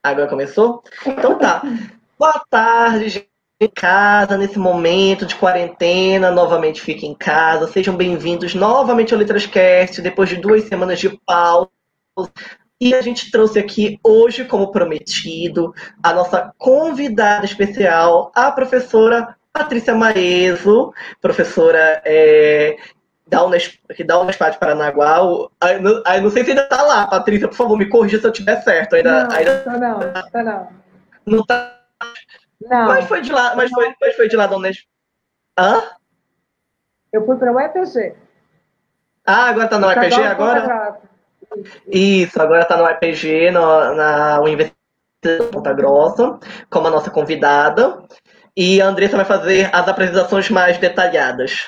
Agora começou? Então tá. Boa tarde, gente em casa, nesse momento de quarentena. Novamente fiquem em casa. Sejam bem-vindos novamente ao Letrascast, depois de 2 semanas de pausa. E a gente trouxe aqui hoje, como prometido, a nossa convidada especial, a professora Patrícia Maeso, professora que dá Unesp de Paranaguá. Não sei se ainda está lá, Patrícia, por favor, me corrija se eu estiver certo. Não. Não está. Não. Mas foi de lá, foi de lá da Unesp. Hã? Eu fui para o UEPG. Agora está no UEPG agora? Isso, agora está no UEPG, na Universidade de Ponta Grossa, como a nossa convidada. E a Andressa vai fazer as apresentações mais detalhadas.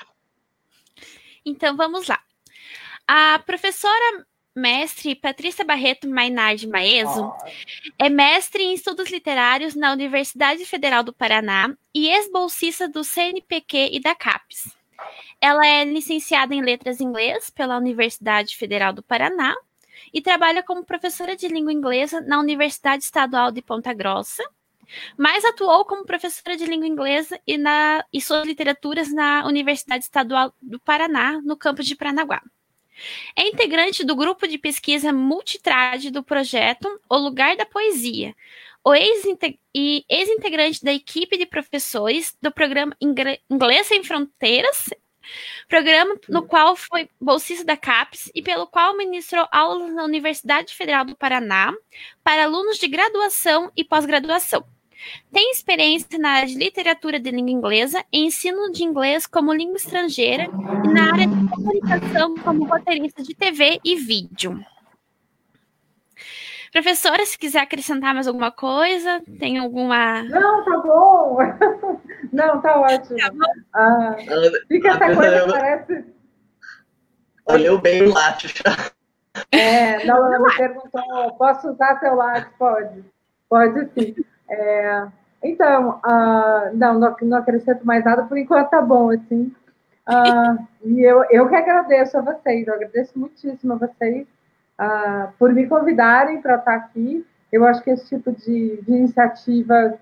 Então, vamos lá. A professora mestre Patrícia Barreto Mainardi Maeso é mestre em Estudos Literários na Universidade Federal do Paraná e ex-bolsista do CNPq e da CAPES. Ela é licenciada em Letras Inglês pela Universidade Federal do Paraná e trabalha como professora de língua inglesa na Universidade Estadual de Ponta Grossa, mas atuou como professora de língua inglesa e suas literaturas na Universidade Estadual do Paraná, no campus de Paranaguá. É integrante do grupo de pesquisa Multitrade do projeto O Lugar da Poesia, ex-integrante da equipe de professores do programa Inglês Sem Fronteiras, programa no qual foi bolsista da CAPES e pelo qual ministrou aulas na Universidade Federal do Paraná para alunos de graduação e pós-graduação. Tem experiência na área de literatura de língua inglesa e ensino de inglês como língua estrangeira e na área de comunicação como roteirista de TV e vídeo. Professora, se quiser acrescentar mais alguma coisa, tem alguma... Não, tá bom. Não, tá ótimo. Tá fica essa coisa que parece... Olhou bem o lápis. Ela me perguntou, posso usar seu lápis? Pode sim. Então, não acrescento mais nada, por enquanto tá bom, assim. E eu que agradeço a vocês, eu agradeço muitíssimo a vocês por me convidarem para estar aqui. Eu acho que esse tipo de iniciativa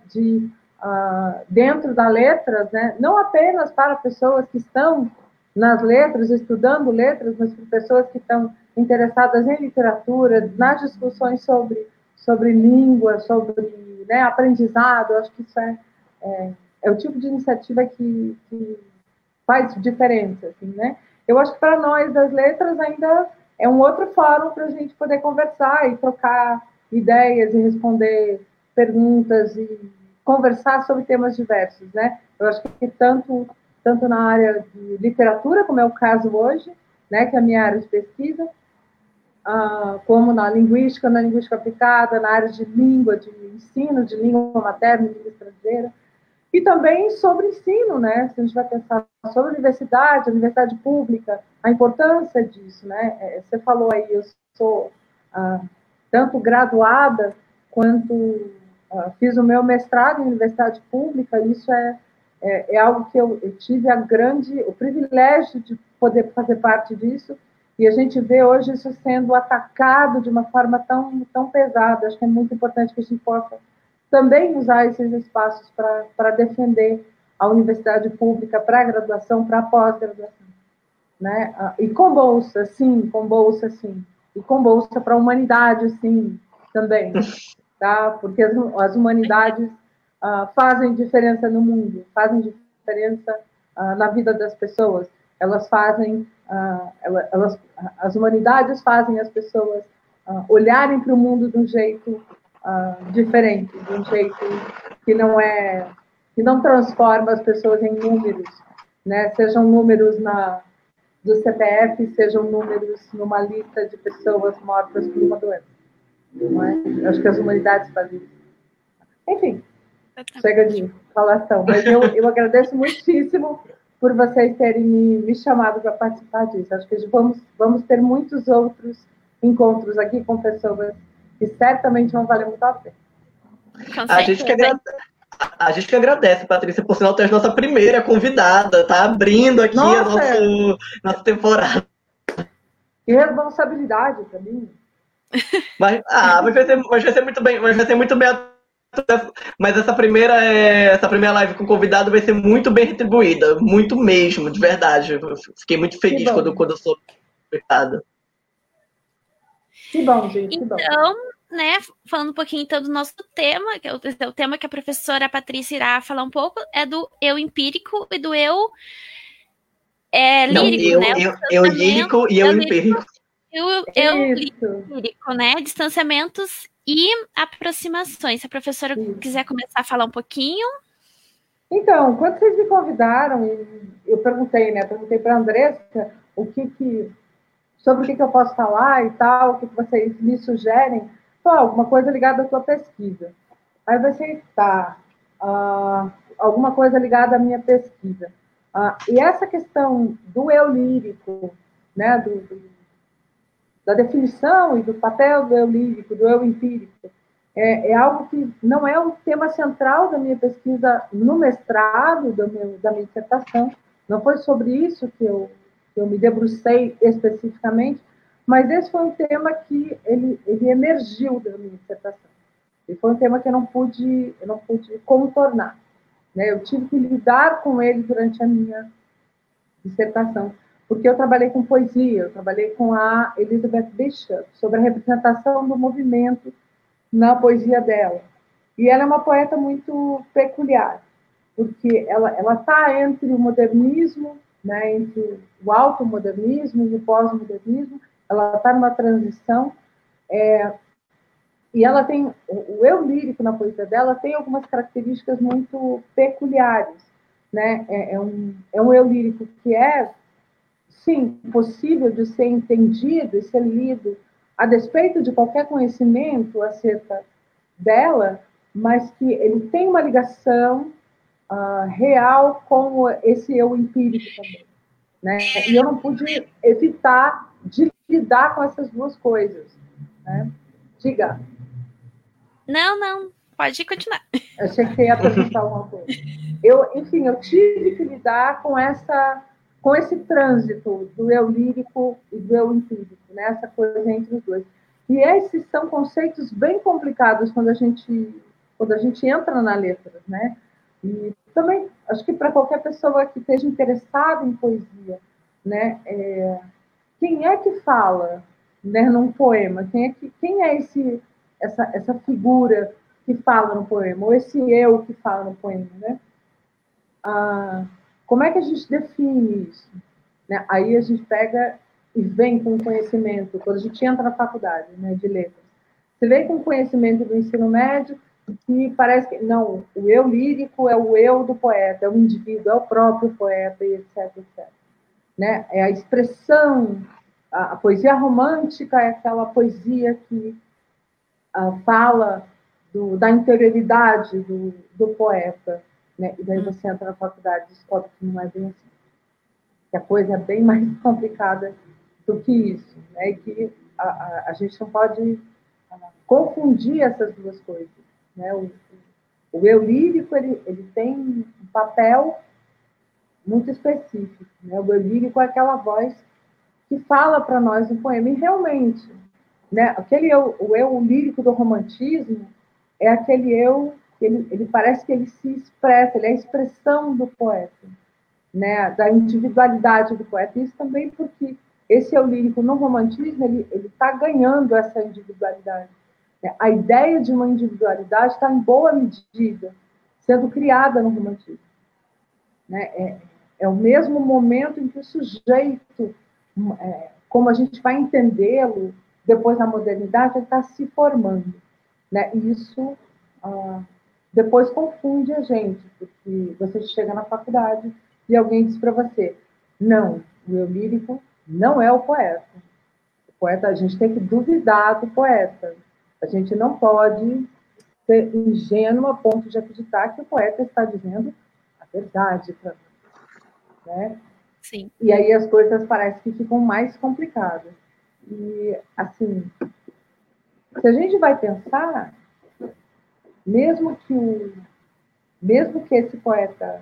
dentro da letras, né, não apenas para pessoas que estão nas letras, estudando letras, mas para pessoas que estão interessadas em literatura, nas discussões sobre língua, sobre aprendizado. Eu acho que isso é o tipo de iniciativa que faz diferença, assim, né? Eu acho que para nós das letras ainda é um outro fórum para a gente poder conversar e trocar ideias e responder perguntas e conversar sobre temas diversos, né? Eu acho que tanto na área de literatura, como é o caso hoje, né, que é a minha área de pesquisa, como na linguística aplicada, na área de língua, de ensino, de língua materna e língua estrangeira, e também sobre ensino, né? Se a gente vai pensar sobre a universidade pública, a importância disso, né? Você falou aí, eu sou tanto graduada quanto fiz o meu mestrado em universidade pública. Isso é algo que eu tive o privilégio de poder fazer parte disso. E a gente vê hoje isso sendo atacado de uma forma tão pesada. Acho que é muito importante que a gente possa também usar esses espaços para defender a universidade pública para a graduação, para a pós-graduação, né? E com bolsa, sim. E com bolsa para a humanidade, sim, também. Tá? Porque as humanidades fazem diferença no mundo, fazem diferença na vida das pessoas. As humanidades fazem as pessoas olharem para o mundo de um jeito diferente, de um jeito que não transforma as pessoas em números, né? Sejam números do CPF, sejam números numa lista de pessoas mortas por uma doença. Não é? Eu acho que as humanidades fazem isso. Enfim, chega de falação, mas eu agradeço muitíssimo por vocês terem me chamado para participar disso. Acho que vamos ter muitos outros encontros aqui com pessoas que certamente vão valer muito a pena. A gente que agradece, Patrícia, por sinal, ter a nossa primeira convidada, tá abrindo aqui a nossa temporada. Que responsabilidade para mim. Mas vai ser muito bem, mas vai ser muito bem. Mas essa primeira live com o convidado vai ser muito bem retribuída, muito mesmo, de verdade. Eu fiquei muito feliz quando eu soube do recado. Que bom, gente, que bom. Então, né, falando um pouquinho então do nosso tema, que é o tema que a professora Patrícia irá falar um pouco, é do eu empírico e do eu lírico, né? Eu lírico e eu empírico. Eu lírico, né? Distanciamentos e aproximações. Se a professora quiser começar a falar um pouquinho. Então, quando vocês me convidaram, eu perguntei, né? Perguntei para a Andressa sobre o que eu posso falar e tal, o que vocês me sugerem. Alguma coisa ligada à sua pesquisa. Aí você alguma coisa ligada à minha pesquisa. E essa questão do eu lírico, né, da definição e do papel do eu lírico, do eu empírico, é algo que não é o tema central da minha pesquisa no mestrado, da minha dissertação. Não foi sobre isso que eu me debrucei especificamente, mas esse foi um tema que ele emergiu da minha dissertação. E foi um tema que eu não pude contornar, né? Eu tive que lidar com ele durante a minha dissertação, porque eu trabalhei com poesia, eu trabalhei com a Elizabeth Bishop, sobre a representação do movimento na poesia dela. E ela é uma poeta muito peculiar, porque ela está entre o modernismo, né, entre o automodernismo e o pós-modernismo, ela está numa transição, e ela tem, o eu lírico na poesia dela tem algumas características muito peculiares, né? É um eu lírico que sim, possível de ser entendido e ser lido a despeito de qualquer conhecimento acerca dela, mas que ele tem uma ligação real com esse eu empírico também, né? E eu não pude evitar de lidar com essas duas coisas, né? Diga. Não, pode continuar. Eu achei que você ia perguntar uma coisa. Eu tive que lidar com esse trânsito do eu lírico e do eu empírico, né? Essa coisa entre os dois. E esses são conceitos bem complicados quando a gente entra na letra, né? E também, acho que para qualquer pessoa que esteja interessada em poesia, né? Quem é que fala, né, num poema? Quem é essa figura que fala no poema? Ou esse eu que fala no poema, né? Como é que a gente define isso? Né? Aí a gente pega e vem com conhecimento, quando a gente entra na faculdade, né, de letras. Você vem com conhecimento do ensino médio que parece que, não, o eu lírico é o eu do poeta, é o indivíduo, é o próprio poeta, e etc, etc. Né? É a expressão, a poesia romântica é aquela poesia que fala da interioridade do poeta, né? E daí você entra na faculdade e descobre que não é bem assim. Que a coisa é bem mais complicada do que isso, né? E que a gente não pode confundir essas duas coisas, né? O eu lírico, ele tem um papel muito específico, né? O eu lírico é aquela voz que fala para nós no poema, e realmente, né? O eu lírico do romantismo é aquele eu que ele parece que ele se expressa, ele é a expressão do poeta, né? Da individualidade do poeta. Isso também porque esse eu lírico no romantismo ele está ganhando essa individualidade. A ideia de uma individualidade está em boa medida sendo criada no romantismo, né? É o mesmo momento em que o sujeito, como a gente vai entendê-lo depois da modernidade, ele está se formando, né? E isso depois confunde a gente, porque você chega na faculdade e alguém diz para você, não, o eu lírico não é o poeta. O poeta, a gente tem que duvidar do poeta. A gente não pode ser ingênuo a ponto de acreditar que o poeta está dizendo a verdade para nós, né? Sim. E aí as coisas parecem que ficam mais complicadas. E, assim, se a gente vai pensar, mesmo que esse poeta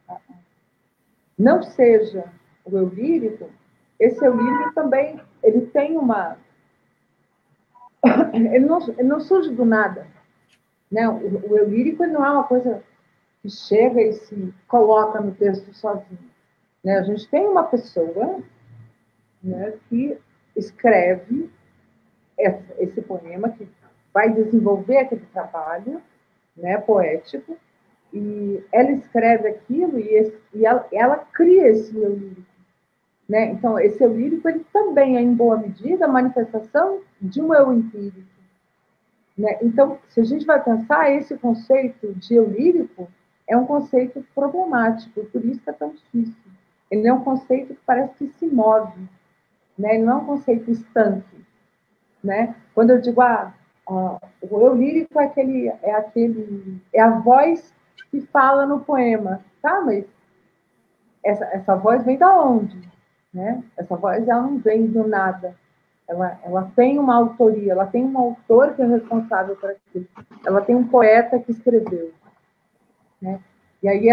não seja o eu lírico, esse eu lírico também ele tem uma ele não surge do nada. Né? O eu lírico ele não é uma coisa que chega e se coloca no texto sozinho. Né? A gente tem uma pessoa, né, que escreve esse poema, que vai desenvolver aquele trabalho, né, poético, e ela escreve aquilo e ela cria esse eu lírico. Né? Então, esse eu lírico ele também é, em boa medida, a manifestação de um eu empírico. Né? Então, se a gente vai pensar, esse conceito de eu lírico é um conceito problemático, por isso que é tão difícil. Ele é um conceito que parece que se move, né? Ele não é um conceito estanque. Né? Quando eu digo, o eu lírico é a voz que fala no poema. Tá, mas essa voz vem da onde? Né? Essa voz ela não vem do nada. Ela tem uma autoria, ela tem um autor que é responsável por aquilo. Ela tem um poeta que escreveu. Né? E aí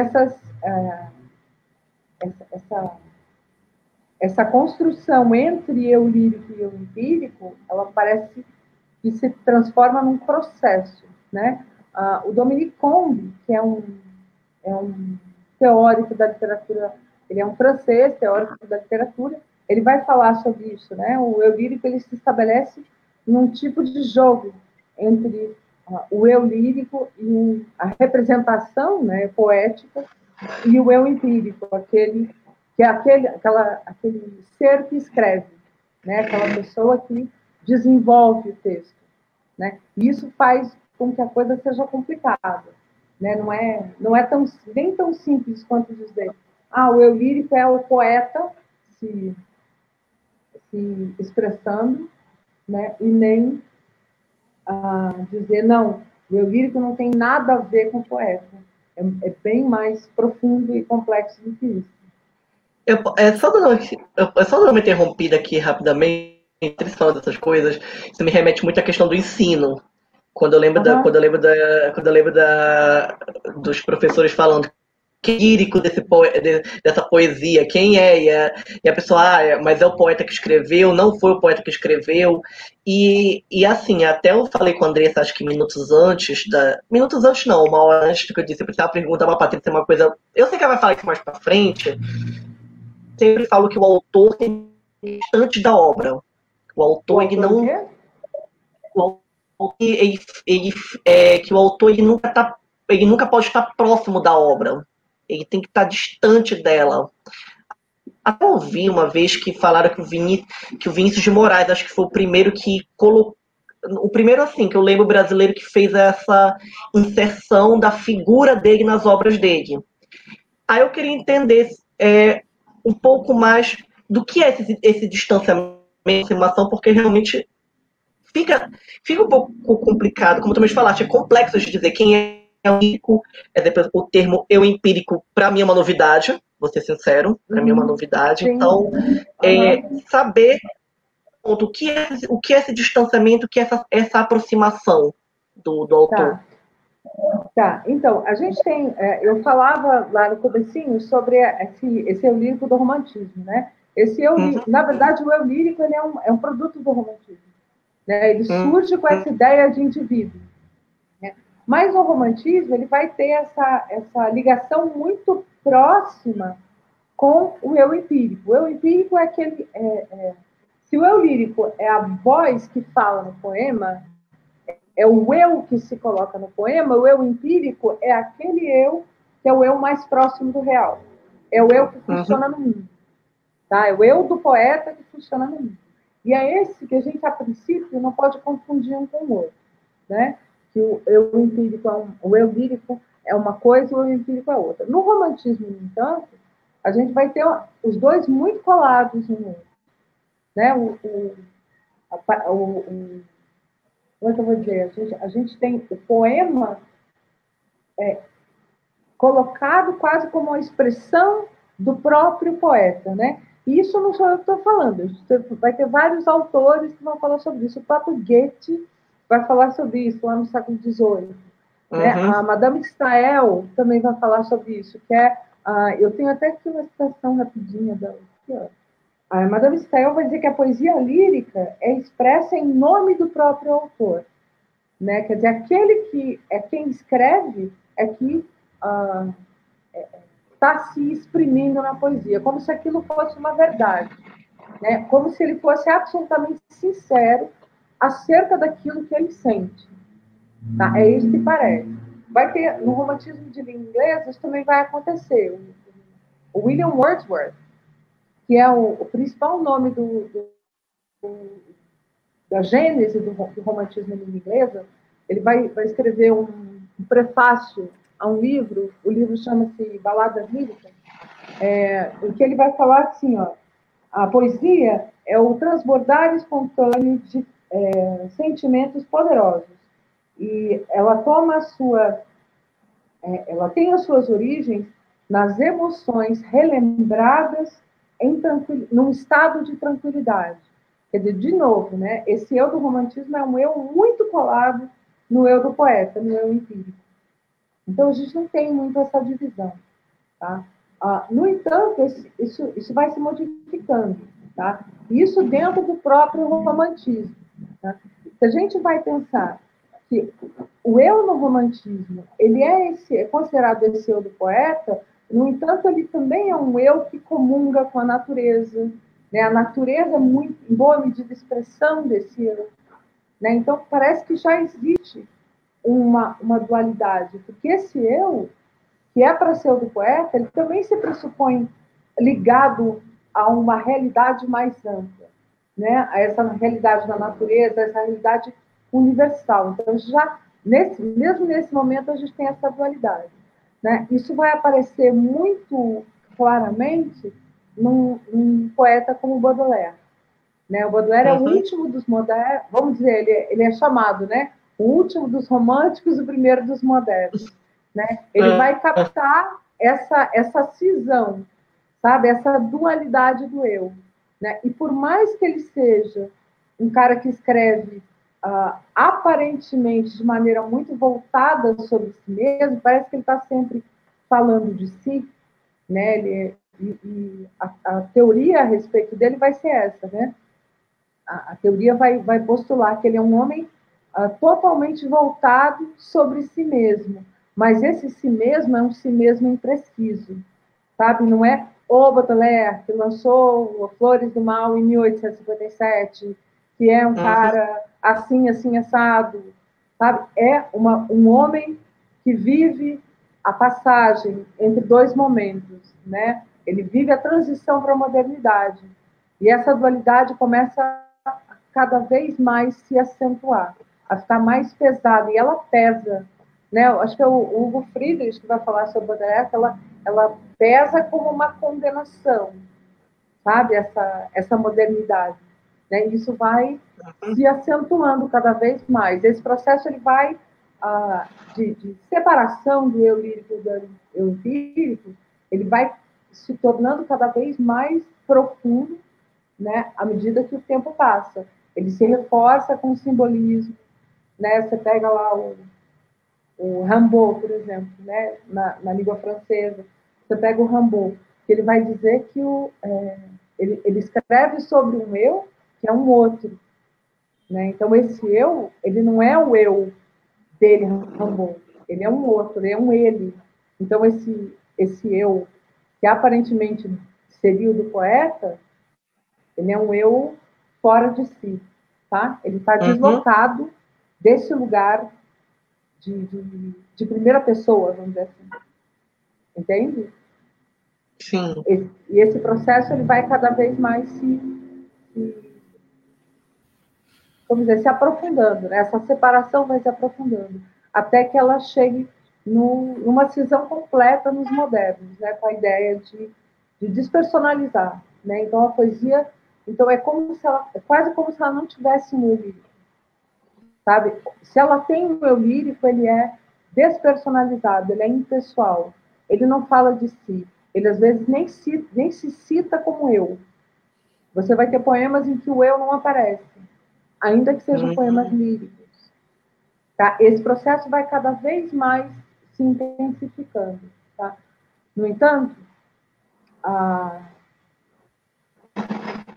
essa construção entre eu lírico e eu empírico, ela parece que se transforma num processo. Né? O Dominique Combe, que é um teórico da literatura, ele é um francês, teórico da literatura, ele vai falar sobre isso. Né? O eu lírico ele se estabelece num tipo de jogo entre o eu lírico e a representação, né, poética, e o eu empírico, aquele ser que escreve, né, aquela pessoa que desenvolve o texto. Né? E isso faz com que a coisa seja complicada. Né? Não é nem tão simples quanto dizer o eu lírico é o poeta se expressando, né? E nem dizer, não, o eu lírico não tem nada a ver com o poeta. É bem mais profundo e complexo do que isso. Só dando uma interrompida aqui rapidamente, falando dessas coisas, isso me remete muito à questão do ensino. Quando eu lembro dos professores falando que lírico dessa poesia, quem é? E a pessoa, mas é o poeta que escreveu, não foi o poeta que escreveu. E assim, até eu falei com a Andressa, acho que minutos antes não, uma hora antes do que eu disse, eu precisava perguntar pra Patrícia uma coisa. Eu sei que ela vai falar isso mais pra frente. Sempre falo que o autor tem distante da obra. O autor, ele não. Que o autor ele nunca pode estar próximo da obra. Ele tem que estar distante dela. Até ouvi uma vez que falaram que o Vinícius de Moraes, acho que foi o primeiro que colocou. O primeiro, assim, que eu lembro brasileiro que fez essa inserção da figura dele nas obras dele. Aí eu queria entender um pouco mais do que é esse distanciamento, aproximação, porque realmente fica um pouco complicado, como tu me falaste, é complexo de dizer quem é o empírico. O termo eu empírico, para mim, é uma novidade, vou ser sincero, para mim é uma novidade. Sim. Então, saber o que é esse distanciamento, o que é essa aproximação do autor. Tá, então, a gente tem, eu falava lá no comecinho sobre esse eu lírico do romantismo, né? Esse eu lírico, na verdade, o eu lírico ele é um produto do romantismo. Né? Ele surge com essa ideia de indivíduo. Né? Mas o romantismo ele vai ter essa ligação muito próxima com o eu empírico. O eu empírico é aquele... se o eu lírico é a voz que fala no poema, é o eu que se coloca no poema, o eu empírico é aquele eu que é o eu mais próximo do real. É o eu que funciona no mundo. Tá? É o eu do poeta que funciona no mundo. E é esse que a gente, a princípio, não pode confundir um com o outro. Né? Que o eu empírico o eu lírico é uma coisa e o eu empírico é outra. No romantismo, no entanto, a gente vai ter os dois muito colados um no outro. Né? Como é que eu vou dizer? A gente tem o poema colocado quase como uma expressão do próprio poeta, né? E isso não sou eu que estou falando. Vai ter vários autores que vão falar sobre isso. O próprio Goethe vai falar sobre isso lá no século XVIII. Né? A Madame de Staël também vai falar sobre isso, que eu tenho até aqui uma citação rapidinha dela. Aqui, ó. A Madame Stael vai dizer que a poesia lírica é expressa em nome do próprio autor, né? Quer dizer, aquele que é quem escreve é que está se exprimindo na poesia, como se aquilo fosse uma verdade, né? Como se ele fosse absolutamente sincero acerca daquilo que ele sente. Tá? É isso que parece. Vai ter, no romantismo de língua inglesa, isso também vai acontecer. O William Wordsworth, que é o principal nome da gênese do romantismo em língua inglesa, ele vai escrever um prefácio a um livro, o livro chama-se Baladas Líricas, em que ele vai falar assim, ó, a poesia é o transbordar espontâneo de sentimentos poderosos, e ela toma ela tem as suas origens nas emoções relembradas num estado de tranquilidade. Quer dizer, de novo, né, esse eu do romantismo é um eu muito colado no eu do poeta, no eu empírico. Então, a gente não tem muito essa divisão. Tá? No entanto, isso vai se modificando. Tá? Isso dentro do próprio romantismo. Tá? Se a gente vai pensar que o eu no romantismo, ele é considerado esse eu do poeta, no entanto, ele também é um eu que comunga com a natureza, né? A natureza é muito, em boa medida, expressão desse eu, né? Então, parece que já existe uma dualidade, porque esse eu, que é para ser o do poeta, ele também se pressupõe ligado a uma realidade mais ampla, né? A essa realidade da natureza, essa realidade universal. Então, já mesmo nesse momento, a gente tem essa dualidade, né? Isso vai aparecer muito claramente num poeta como Baudelaire, né? O Baudelaire é o último dos modernos, vamos dizer, ele é chamado, né? O último dos românticos, o primeiro dos modernos, né? Ele vai captar essa cisão, sabe? Essa dualidade do eu, né? E por mais que ele seja um cara que escreve aparentemente de maneira muito voltada sobre si mesmo, parece que ele está sempre falando de si, né? A teoria a respeito dele vai ser essa, né? A teoria vai postular que ele é um homem totalmente voltado sobre si mesmo, mas esse si mesmo é um si mesmo impreciso, sabe? Não é o Baudelaire, que lançou Flores do Mal em 1857, que é um cara assim, assim, assado, sabe? É um homem que vive a passagem entre dois momentos, né? Ele vive a transição para a modernidade. E essa dualidade começa a cada vez mais se acentuar, a ficar mais pesada, e ela pesa, né? Eu acho que é o Hugo Friedrich que vai falar sobre Baudelaire, ela pesa como uma condenação, sabe? Essa modernidade, né? Isso vai se acentuando cada vez mais. Esse processo ele vai de separação do eu lírico e do eu empírico, ele vai se tornando cada vez mais profundo, né? À medida que o tempo passa. Ele se reforça com o simbolismo, né? Você pega lá o Rimbaud, por exemplo, né? na língua francesa. Você pega o Rimbaud, que ele vai dizer que ele escreve sobre um eu que é um outro, né? Então, esse eu, ele não é o eu dele, Rimbaud. Ele é um outro, ele é um ele. Então, esse eu, que aparentemente seria o do poeta, ele é um eu fora de si, tá? Ele está deslocado desse lugar de primeira pessoa, vamos dizer assim. Entende? Sim. E esse processo ele vai cada vez mais vamos dizer, se aprofundando, né? Essa separação vai se aprofundando, até que ela chegue numa cisão completa nos modernos, né? Com a ideia de despersonalizar, né? Então a poesia, então é quase como se ela não tivesse um eu lírico, sabe? Se ela tem um eu lírico, ele é despersonalizado, ele é impessoal, ele não fala de si, ele às vezes nem se cita como eu. Você vai ter poemas em que o eu não aparece, ainda que sejam poemas líricos. Tá? Esse processo vai cada vez mais se intensificando. Tá? No entanto,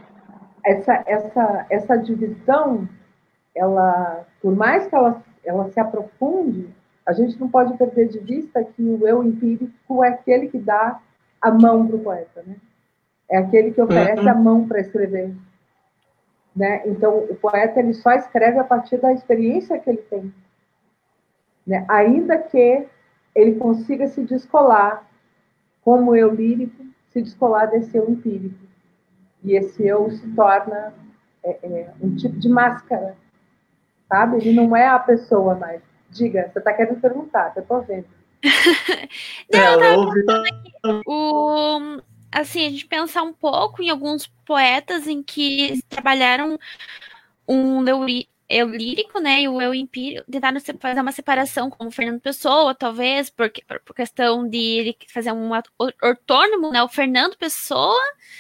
essa divisão, ela, por mais que ela se aprofunde, a gente não pode perder de vista que o eu empírico é aquele que dá a mão para o poeta, né? É aquele que oferece a mão para escrever. Né? Então, o poeta ele só escreve a partir da experiência que ele tem. Né? Ainda que ele consiga se descolar, como eu lírico, se descolar desse eu empírico. E esse eu se torna um tipo de máscara, sabe? Ele não é a pessoa mais. Diga, você está querendo perguntar, eu estou vendo. Não, eu ouvi assim, a gente pensar um pouco em alguns poetas em que trabalharam um eu lírico, né, e o eu empírico, tentaram fazer uma separação com o Fernando Pessoa, talvez, por questão de ele fazer um ortônimo, né, o Fernando Pessoa,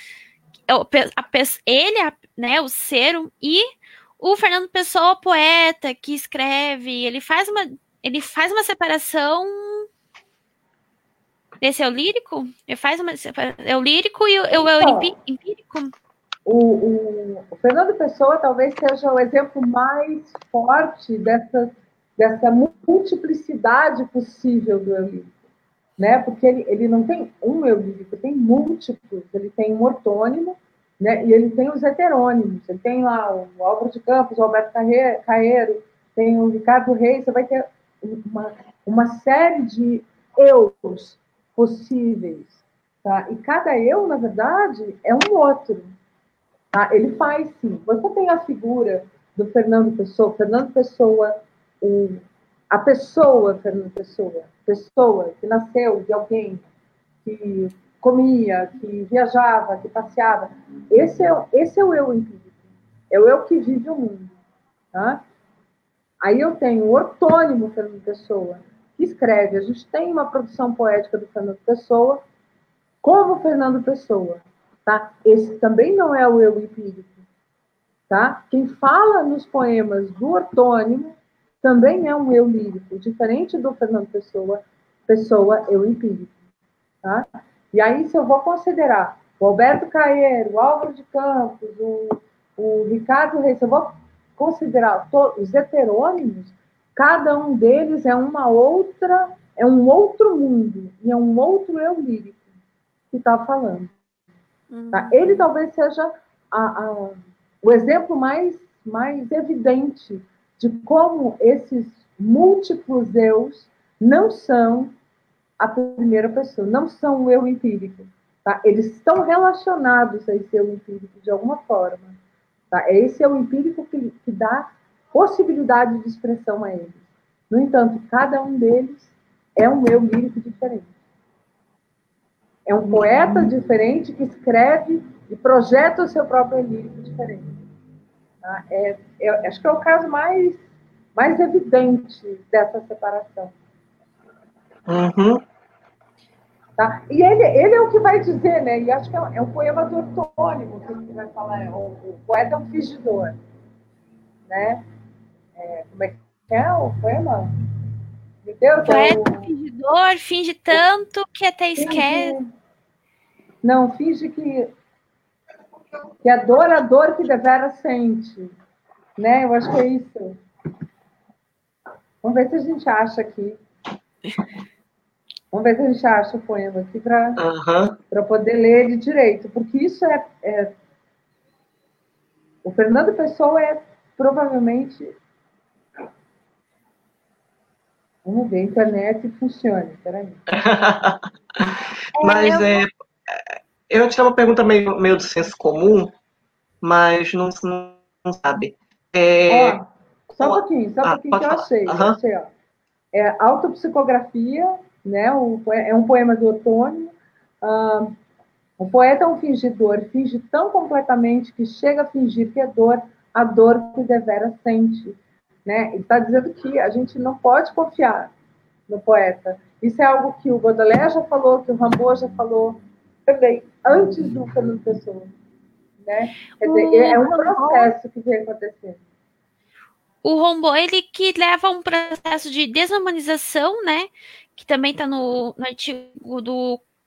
ele, né, o ser, e o Fernando Pessoa, poeta, que escreve, ele faz uma separação desse eu lírico? Ele faz uma separação, eu lírico e eu empírico? O Fernando Pessoa talvez seja o exemplo mais forte dessa multiplicidade possível do eu lírico, né? Porque ele não tem um eu lírico, tem múltiplos. Ele tem um ortônimo, né? E ele tem os heterônimos. Ele tem lá o Álvaro de Campos, o Alberto Caeiro, tem o Ricardo Reis. Você vai ter uma série de eus possíveis, tá? E cada eu, na verdade, é um outro. Tá? Ele faz, sim. Você tem a figura do Fernando Pessoa. Fernando Pessoa, a pessoa Fernando Pessoa que nasceu de alguém que comia, que viajava, que passeava. Esse é o eu empírico. É o eu que vive o mundo. Tá? Aí eu tenho o ortônimo Fernando Pessoa, que escreve. A gente tem uma produção poética do Fernando Pessoa, como Fernando Pessoa. Tá? Esse também não é o eu empírico. Tá? Quem fala nos poemas do ortônimo também é um eu lírico, diferente do Fernando Pessoa eu empírico. Tá? E aí, se eu vou considerar o Alberto Caeiro, o Álvaro de Campos, o Ricardo Reis, se eu vou considerar os heterônimos, cada um deles é um outro mundo, e é um outro eu lírico que está falando. Tá? Ele talvez seja o exemplo mais evidente de como esses múltiplos eus não são a primeira pessoa, não são o eu empírico. Tá? Eles estão relacionados a esse eu empírico de alguma forma. Tá? É esse eu empírico que dá possibilidade de expressão a eles. No entanto, cada um deles é um eu lírico diferente. É um poeta diferente que escreve e projeta o seu próprio lírico diferente. Tá? Acho que é o caso mais evidente dessa separação. Uhum. Tá? E ele é o que vai dizer, né? E acho que é um poema do ortônimo que ele vai falar. O poeta é um fingidor. Né? Como é que é o poema? Meu Deus, o poeta fingidor finge tanto que até esquece. Não, finge que a dor que devera sente. Né? Eu acho que é isso. Vamos ver se a gente acha aqui. Vamos ver se a gente acha o poema aqui para poder ler ele direito. Porque isso o Fernando Pessoa é provavelmente... Vamos ver, a internet funciona. Peraí. Mas eu tinha uma pergunta meio do senso comum, mas não sabe. Só um pouquinho que eu achei. Eu achei, ó. Autopsicografia, né? É um poema do ortônimo. O poeta é um fingidor, finge tão completamente que chega a fingir que é dor, a dor que devera sente. Né? Ele está dizendo que a gente não pode confiar no poeta. Isso é algo que o Baudelaire já falou, que o Rimbaud já falou também, antes do Fernando Pessoa. Né? Quer dizer, é um processo que vem acontecendo. O Rimbaud, ele que leva um processo de desumanização, né? Que também está no artigo do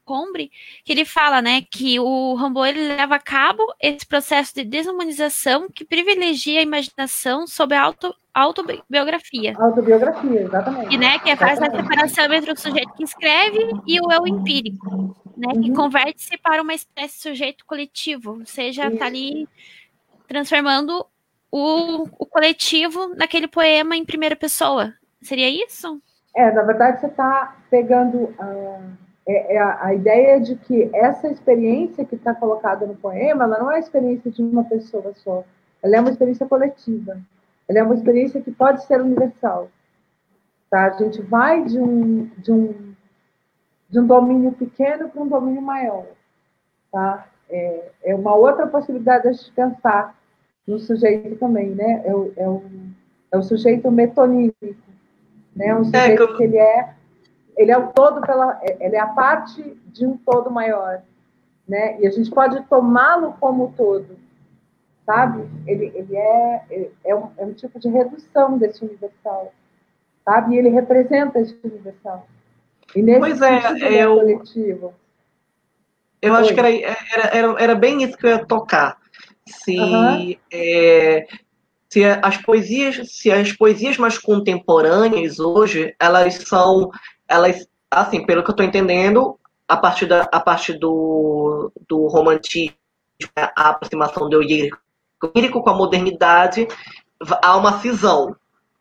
Combre, que ele fala, né, que o Rimbaud ele leva a cabo esse processo de desumanização que privilegia a imaginação sobre a autobiografia. Autobiografia, exatamente. E, né, que faz a separação entre o sujeito que escreve e o eu empírico, né, que converte-se para uma espécie de sujeito coletivo, ou seja, está ali transformando o coletivo naquele poema em primeira pessoa. Seria isso? Na verdade, você está pegando a ideia de que essa experiência que está colocada no poema, ela não é a experiência de uma pessoa só, ela é uma experiência coletiva, ela é uma experiência que pode ser universal. Tá? A gente vai de um domínio pequeno para um domínio maior. Tá? É uma outra possibilidade de pensar no sujeito também, né? É o sujeito metonímico, né? Um sujeito que ele é o todo ele é a parte de um todo maior, né? E a gente pode tomá-lo como todo, sabe? Ele é um tipo de redução desse universal, sabe? E ele representa esse universal. E nesse sentido, ele é coletivo. Eu acho que era bem isso que eu ia tocar. Se as poesias mais contemporâneas hoje, elas, assim, pelo que eu estou entendendo, a partir do romantismo, a aproximação do lírico com a modernidade, há uma cisão.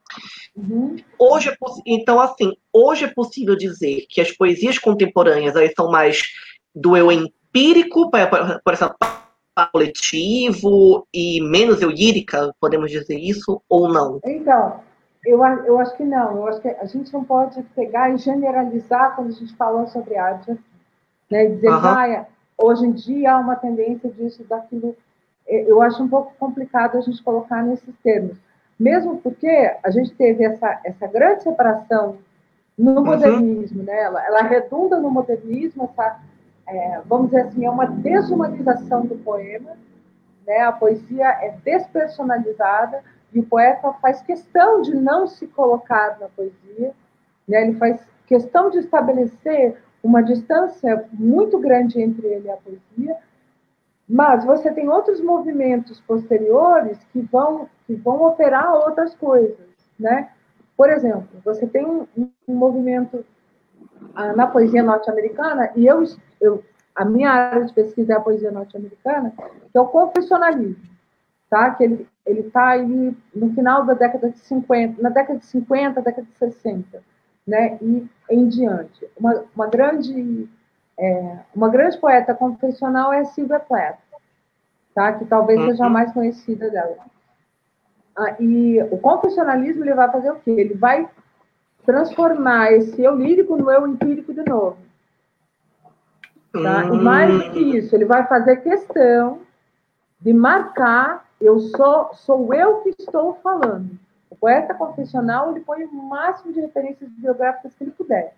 Então, assim, hoje é possível dizer que as poesias contemporâneas elas são mais do eu empírico, por exemplo, coletivo e menos eu lírica, podemos dizer isso ou não? Então, eu acho que não. Eu acho que a gente não pode pegar e generalizar quando a gente fala sobre arte, né? Dizer que hoje em dia há uma tendência disso, daquilo. Eu acho um pouco complicado a gente colocar nesses termos. Mesmo porque a gente teve essa grande separação no modernismo, né? Ela redunda no modernismo, vamos dizer assim, é uma desumanização do poema, né? A poesia é despersonalizada e o poeta faz questão de não se colocar na poesia, né? Ele faz questão de estabelecer uma distância muito grande entre ele e a poesia, mas você tem outros movimentos posteriores que vão operar outras coisas, né? Por exemplo, você tem um movimento na poesia norte-americana, e a minha área de pesquisa é a poesia norte-americana, que é o confessionalismo, tá? Que ele está aí no final da década de 50, na década de 50, década de 60, né? E em diante. Uma grande poeta confessional é a Sylvia Plath, tá? Que talvez seja a mais conhecida dela. E o confessionalismo ele vai fazer o quê? Ele vai transformar esse eu lírico no eu empírico de novo. Tá? E mais do que isso, ele vai fazer questão de marcar sou eu que estou falando. O poeta confessional ele põe o máximo de referências biográficas que ele puder.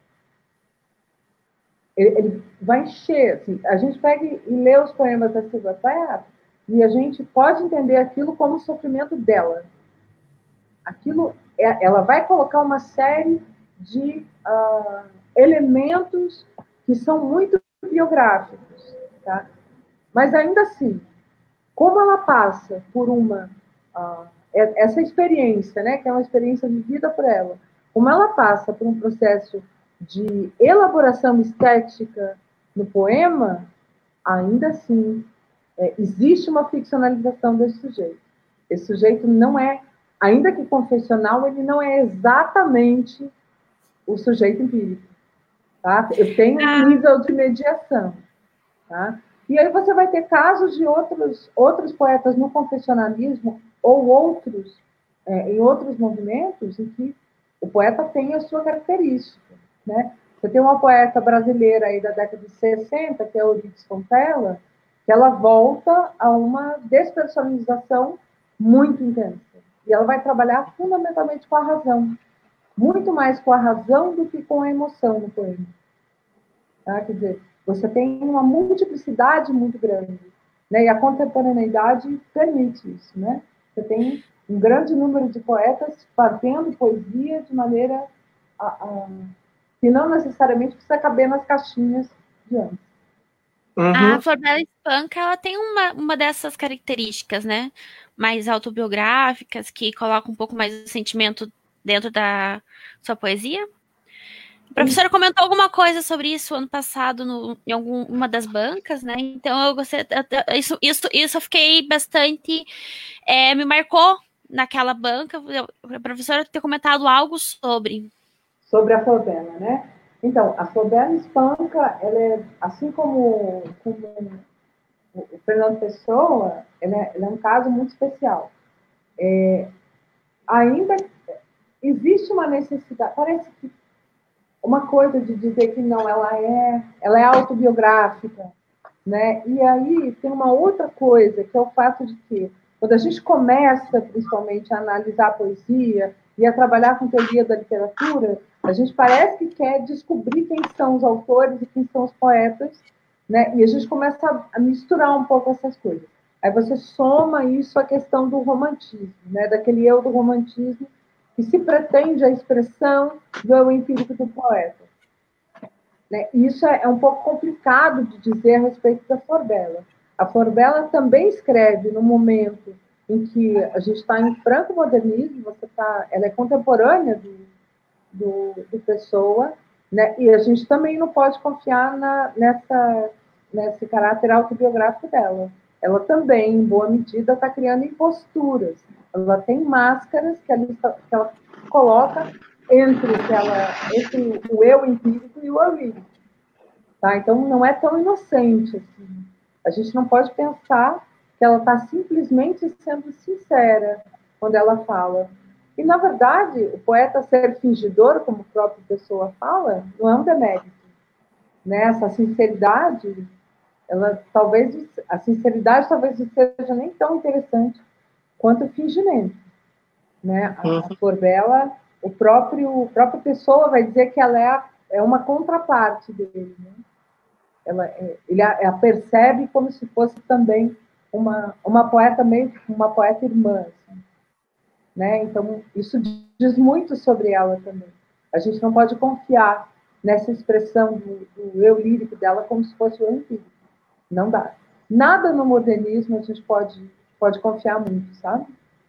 Ele vai encher. Assim, a gente pega e lê os poemas da Sylvia Plath e a gente pode entender aquilo como o sofrimento dela. Ela vai colocar uma série de elementos que são muito biográficos, tá? Mas ainda assim, como ela passa por essa experiência, né, que é uma experiência vivida por ela, como ela passa por um processo de elaboração estética no poema, ainda assim existe uma ficcionalização desse sujeito. Esse sujeito não é, ainda que confessional, ele não é exatamente o sujeito empírico. Tá? Eu tenho um nível de mediação. Tá? E aí você vai ter casos de outros poetas no confessionalismo ou outros em outros movimentos em que o poeta tem a sua característica. Né? Você tem uma poeta brasileira aí da década de 60, que é a Eurídice Fontella, que ela volta a uma despersonalização muito intensa. E ela vai trabalhar fundamentalmente com a razão. Muito mais com a razão do que com a emoção no poema. Tá? Quer dizer, você tem uma multiplicidade muito grande. Né? E a contemporaneidade permite isso. Né? Você tem um grande número de poetas fazendo poesia de maneira que não necessariamente precisa caber nas caixinhas de antes. A Flor Bela Espanca, ela tem uma dessas características, né? Mais autobiográficas, que colocam um pouco mais do sentimento dentro da sua poesia. A professora comentou alguma coisa sobre isso ano passado em alguma das bancas, né? Então eu gostei. Isso eu fiquei bastante. Me marcou naquela banca. A professora ter comentado algo sobre. Sobre a Flor Bela, né? Então, a Flor Bela Espanca, ela é, assim como o Fernando Pessoa, ela é um caso muito especial. Ainda existe uma necessidade, parece que uma coisa de dizer que não, ela é autobiográfica, né? E aí tem uma outra coisa, que é o fato de que, quando a gente começa, principalmente, a analisar a poesia e a trabalhar com teoria da literatura, a gente parece que quer descobrir quem são os autores e quem são os poetas, né? E a gente começa a misturar um pouco essas coisas. Aí você soma isso à questão do romantismo, né? Daquele eu do romantismo, que se pretende a expressão do eu empírico do poeta. Né? Isso é um pouco complicado de dizer a respeito da Flor Bela. A Flor Bela também escreve no momento em que a gente está em franco modernismo, ela é contemporânea do Pessoa, né? E a gente também não pode confiar nesse caráter autobiográfico dela. Ela também, em boa medida, está criando imposturas. Ela tem máscaras que ela coloca entre o eu empírico e o eu lírico. Tá? Então, não é tão inocente assim. A gente não pode pensar que ela está simplesmente sendo sincera quando ela fala. E, na verdade, o poeta ser fingidor, como a própria pessoa fala, não é um demérito. Né? Essa sinceridade, a sinceridade talvez não seja nem tão interessante quanto o fingimento. Né? A Flor Bela, o próprio Pessoa vai dizer que ela é uma contraparte dele. Né? Ele a percebe como se fosse também uma poeta uma poeta irmã. Assim. Né? Então, isso diz muito sobre ela também. A gente não pode confiar nessa expressão do eu lírico dela como se fosse o eu empírico. Não dá. Nada no modernismo a gente pode confiar muito, sabe?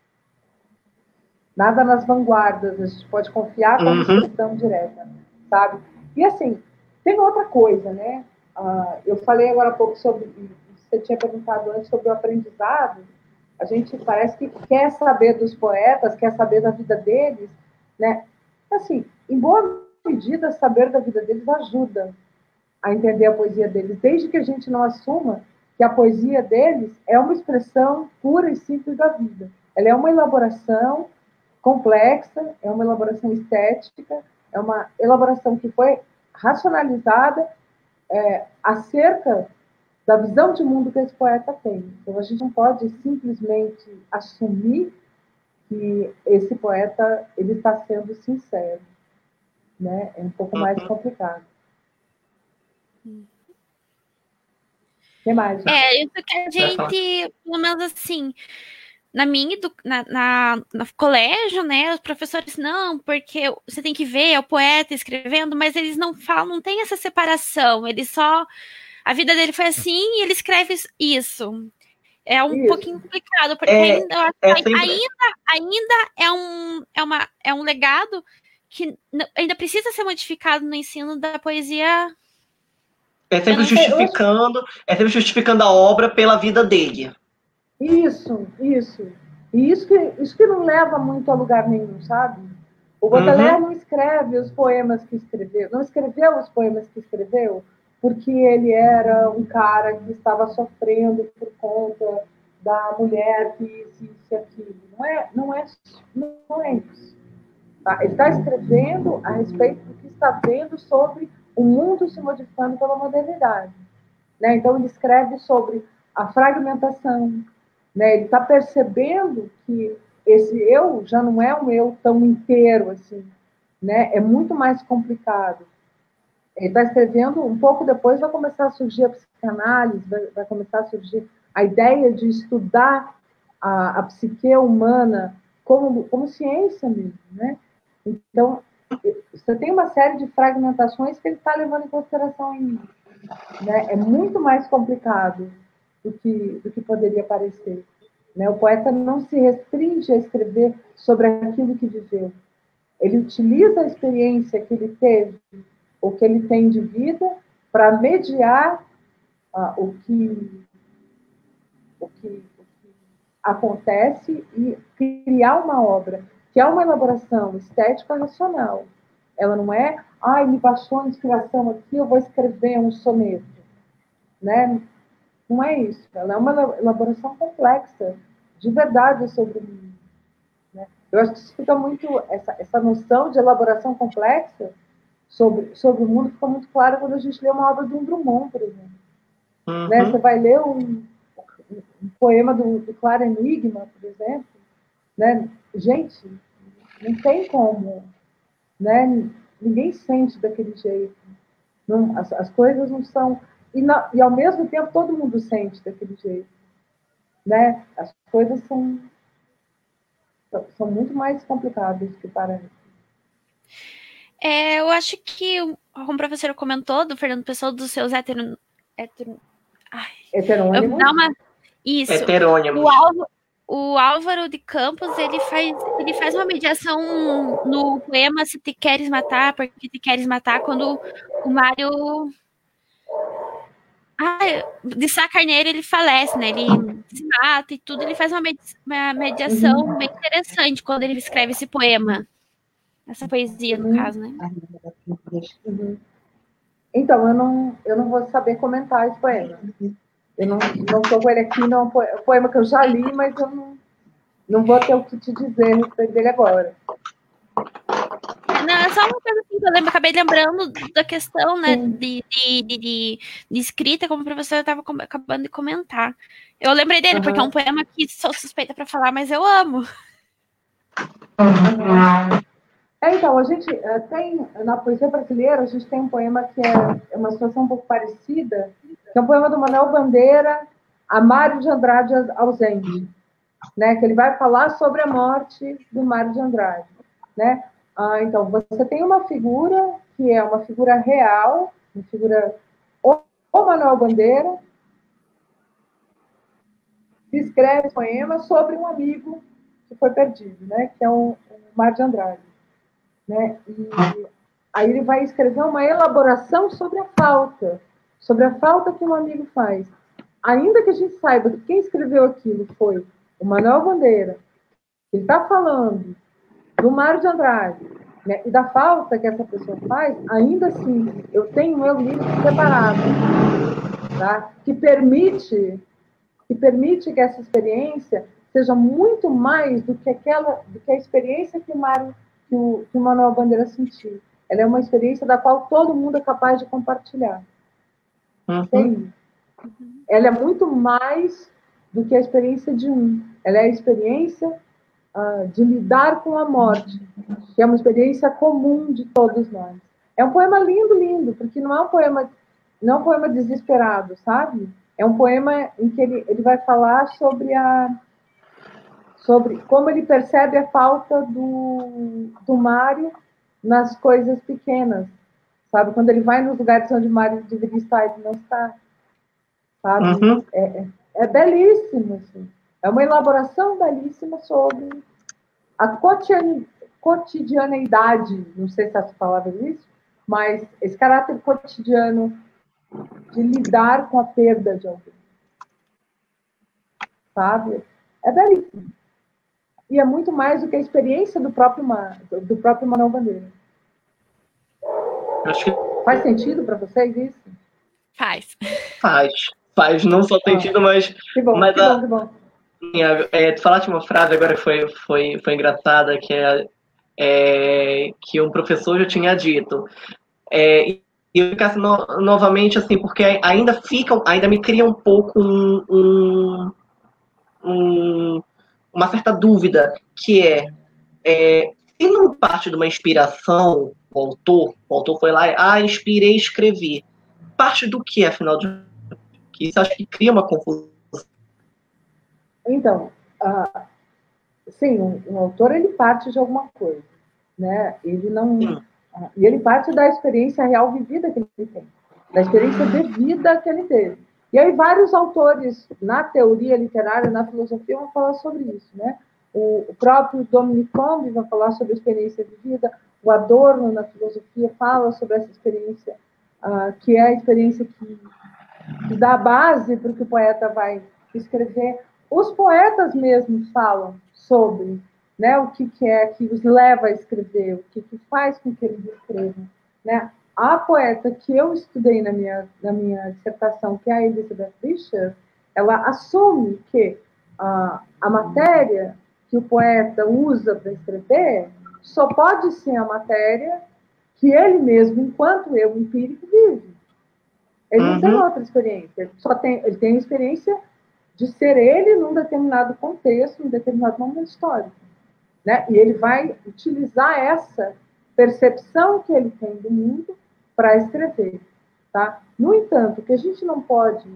Nada nas vanguardas a gente pode confiar como expressão direta, sabe? E assim, tem outra coisa, né? Eu falei agora há pouco sobre, você tinha perguntado antes sobre o aprendizado. A gente parece que quer saber dos poetas, quer saber da vida deles, né? Assim, em boa medida, saber da vida deles ajuda a entender a poesia deles, desde que a gente não assuma que a poesia deles é uma expressão pura e simples da vida. Ela é uma elaboração complexa, é uma elaboração estética, é uma elaboração que foi racionalizada acerca da visão de mundo que esse poeta tem. Então, a gente não pode simplesmente assumir que esse poeta ele está sendo sincero. Né? É um pouco mais complicado. O que mais? Isso que a gente, pelo menos assim, no colégio, né, os professores, não, porque você tem que ver, é o poeta escrevendo, mas eles não falam, não tem essa separação, a vida dele foi assim e ele escreve isso. É um pouquinho complicado, porque ainda é um legado que ainda precisa ser modificado no ensino da poesia. É sempre justificando a obra pela vida dele. Isso. E isso que não leva muito a lugar nenhum, sabe? O Baudelaire não escreve os poemas que escreveu, não escreveu os poemas que escreveu porque ele era um cara que estava sofrendo por conta da mulher que isso e aquilo. Não é isso. Tá? Ele está escrevendo a respeito do que está vendo sobre o mundo se modificando pela modernidade. Né? Então, ele escreve sobre a fragmentação. Né? Ele está percebendo que esse eu já não é um eu tão inteiro assim. Né? É muito mais complicado. Ele está escrevendo, um pouco depois vai começar a surgir a psicanálise, vai começar a surgir a ideia de estudar a psique humana como ciência mesmo. Né? Então, você tem uma série de fragmentações que ele está levando em consideração ainda. né? É muito mais complicado do que poderia parecer. Né? O poeta não se restringe a escrever sobre aquilo que viveu. Ele utiliza a experiência que ele teve, ou que ele tem de vida, para mediar o que acontece e criar uma obra, que é uma elaboração estética racional. Ela não é, me baixou a inspiração aqui, eu vou escrever um soneto. Né? Não é isso. Ela é uma elaboração complexa, de verdade, sobre o mundo. Né? Eu acho que isso fica muito, essa noção de elaboração complexa sobre o mundo fica muito clara quando a gente lê uma obra de um Drummond, por exemplo. Uhum. Né? Você vai ler um poema do Claro Enigma, por exemplo, né? Gente, não tem como, né? Ninguém sente daquele jeito. Não, as coisas não são... E ao mesmo tempo todo mundo sente daquele jeito. Né? As coisas são muito mais complicadas do que parecem. Eu acho que, como o professor comentou, do Fernando Pessoa, dos seus heterônimos. Isso. Heterônimos. O Álvaro de Campos, ele faz uma mediação no poema Se Te Queres Matar, Porque Te Queres Matar, quando o Mário de Sá Carneiro, ele falece, né? Ele se mata e tudo. Ele faz uma mediação bem interessante quando ele escreve esse poema. Essa poesia, no caso, né? Então, eu não vou saber comentar esse poema. Eu não estou com ele aqui, não é um poema que eu já li, mas eu não vou ter o que te dizer a respeito dele agora. Não, é só uma coisa assim que eu acabei lembrando da questão, né, de escrita, como o professor estava acabando de comentar. Eu lembrei dele, porque é um poema que sou suspeita para falar, mas eu amo. Então, a gente tem, na poesia brasileira, a gente tem um poema que é uma situação um pouco parecida, que é um poema do Manuel Bandeira, a Mário de Andrade ausente, né? Que ele vai falar sobre a morte do Mário de Andrade, né? Então, você tem uma figura que é uma figura real, uma figura... O Manuel Bandeira que escreve poema sobre um amigo que foi perdido, né? Que é o Mário de Andrade. Né? E aí ele vai escrever uma elaboração sobre a falta que um amigo faz. Ainda que a gente saiba que quem escreveu aquilo foi o Manuel Bandeira, ele está falando do Mário de Andrade, né? E da falta que essa pessoa faz, ainda assim, eu tenho o meu livro separado, tá? que permite que essa experiência seja muito mais do que a experiência que o Manuel Bandeira sentiu. Ela é uma experiência da qual todo mundo é capaz de compartilhar. Ela é muito mais do que a experiência de um. Ela é a experiência de lidar com a morte, que é uma experiência comum de todos nós. É um poema lindo, lindo, porque não é um poema desesperado, sabe? É um poema em que ele vai falar sobre como ele percebe a falta do Mário nas coisas pequenas, sabe? Quando ele vai nos lugares onde o Mário deveria estar, ele não está, sabe? É belíssimo, assim. É uma elaboração belíssima sobre a cotidianeidade, não sei se essa palavra existe, mas esse caráter cotidiano de lidar com a perda de alguém, sabe? É belíssimo. E é muito mais do que a experiência do próprio Manuel Bandeira. Acho que... Faz sentido para vocês isso? Faz. Não só sentido, mas... Que bom, mas que bom. Tu falaste uma frase agora que foi engraçada, que que um professor já tinha dito. E eu ficasse novamente assim, porque ainda me cria um pouco uma certa dúvida, que se não parte de uma inspiração, o autor foi lá, inspirei e escrevi. Parte do que, afinal de contas? Isso acho que cria uma confusão. Então, sim, o autor ele parte de alguma coisa, né? Ele não... E ele parte da experiência real vivida que ele tem. da experiência de vida que ele teve. E aí vários autores na teoria literária, na filosofia, vão falar sobre isso, né? O próprio Dominic Combe vai falar sobre a experiência de vida, o Adorno, na filosofia, fala sobre essa experiência, que é a experiência que dá a base para o que o poeta vai escrever. Os poetas mesmos falam sobre, né, o que é que os leva a escrever, o que faz com que eles escrevam, né? A poeta que eu estudei na minha dissertação, que é a Elizabeth Fischer, ela assume que a matéria que o poeta usa para escrever só pode ser a matéria que ele mesmo, enquanto eu empírico, vive. Ele não tem outra experiência, ele tem a experiência de ser ele num determinado contexto, num determinado momento histórico, né? E ele vai utilizar essa percepção que ele tem do mundo para escrever, tá? No entanto, o que a gente não pode,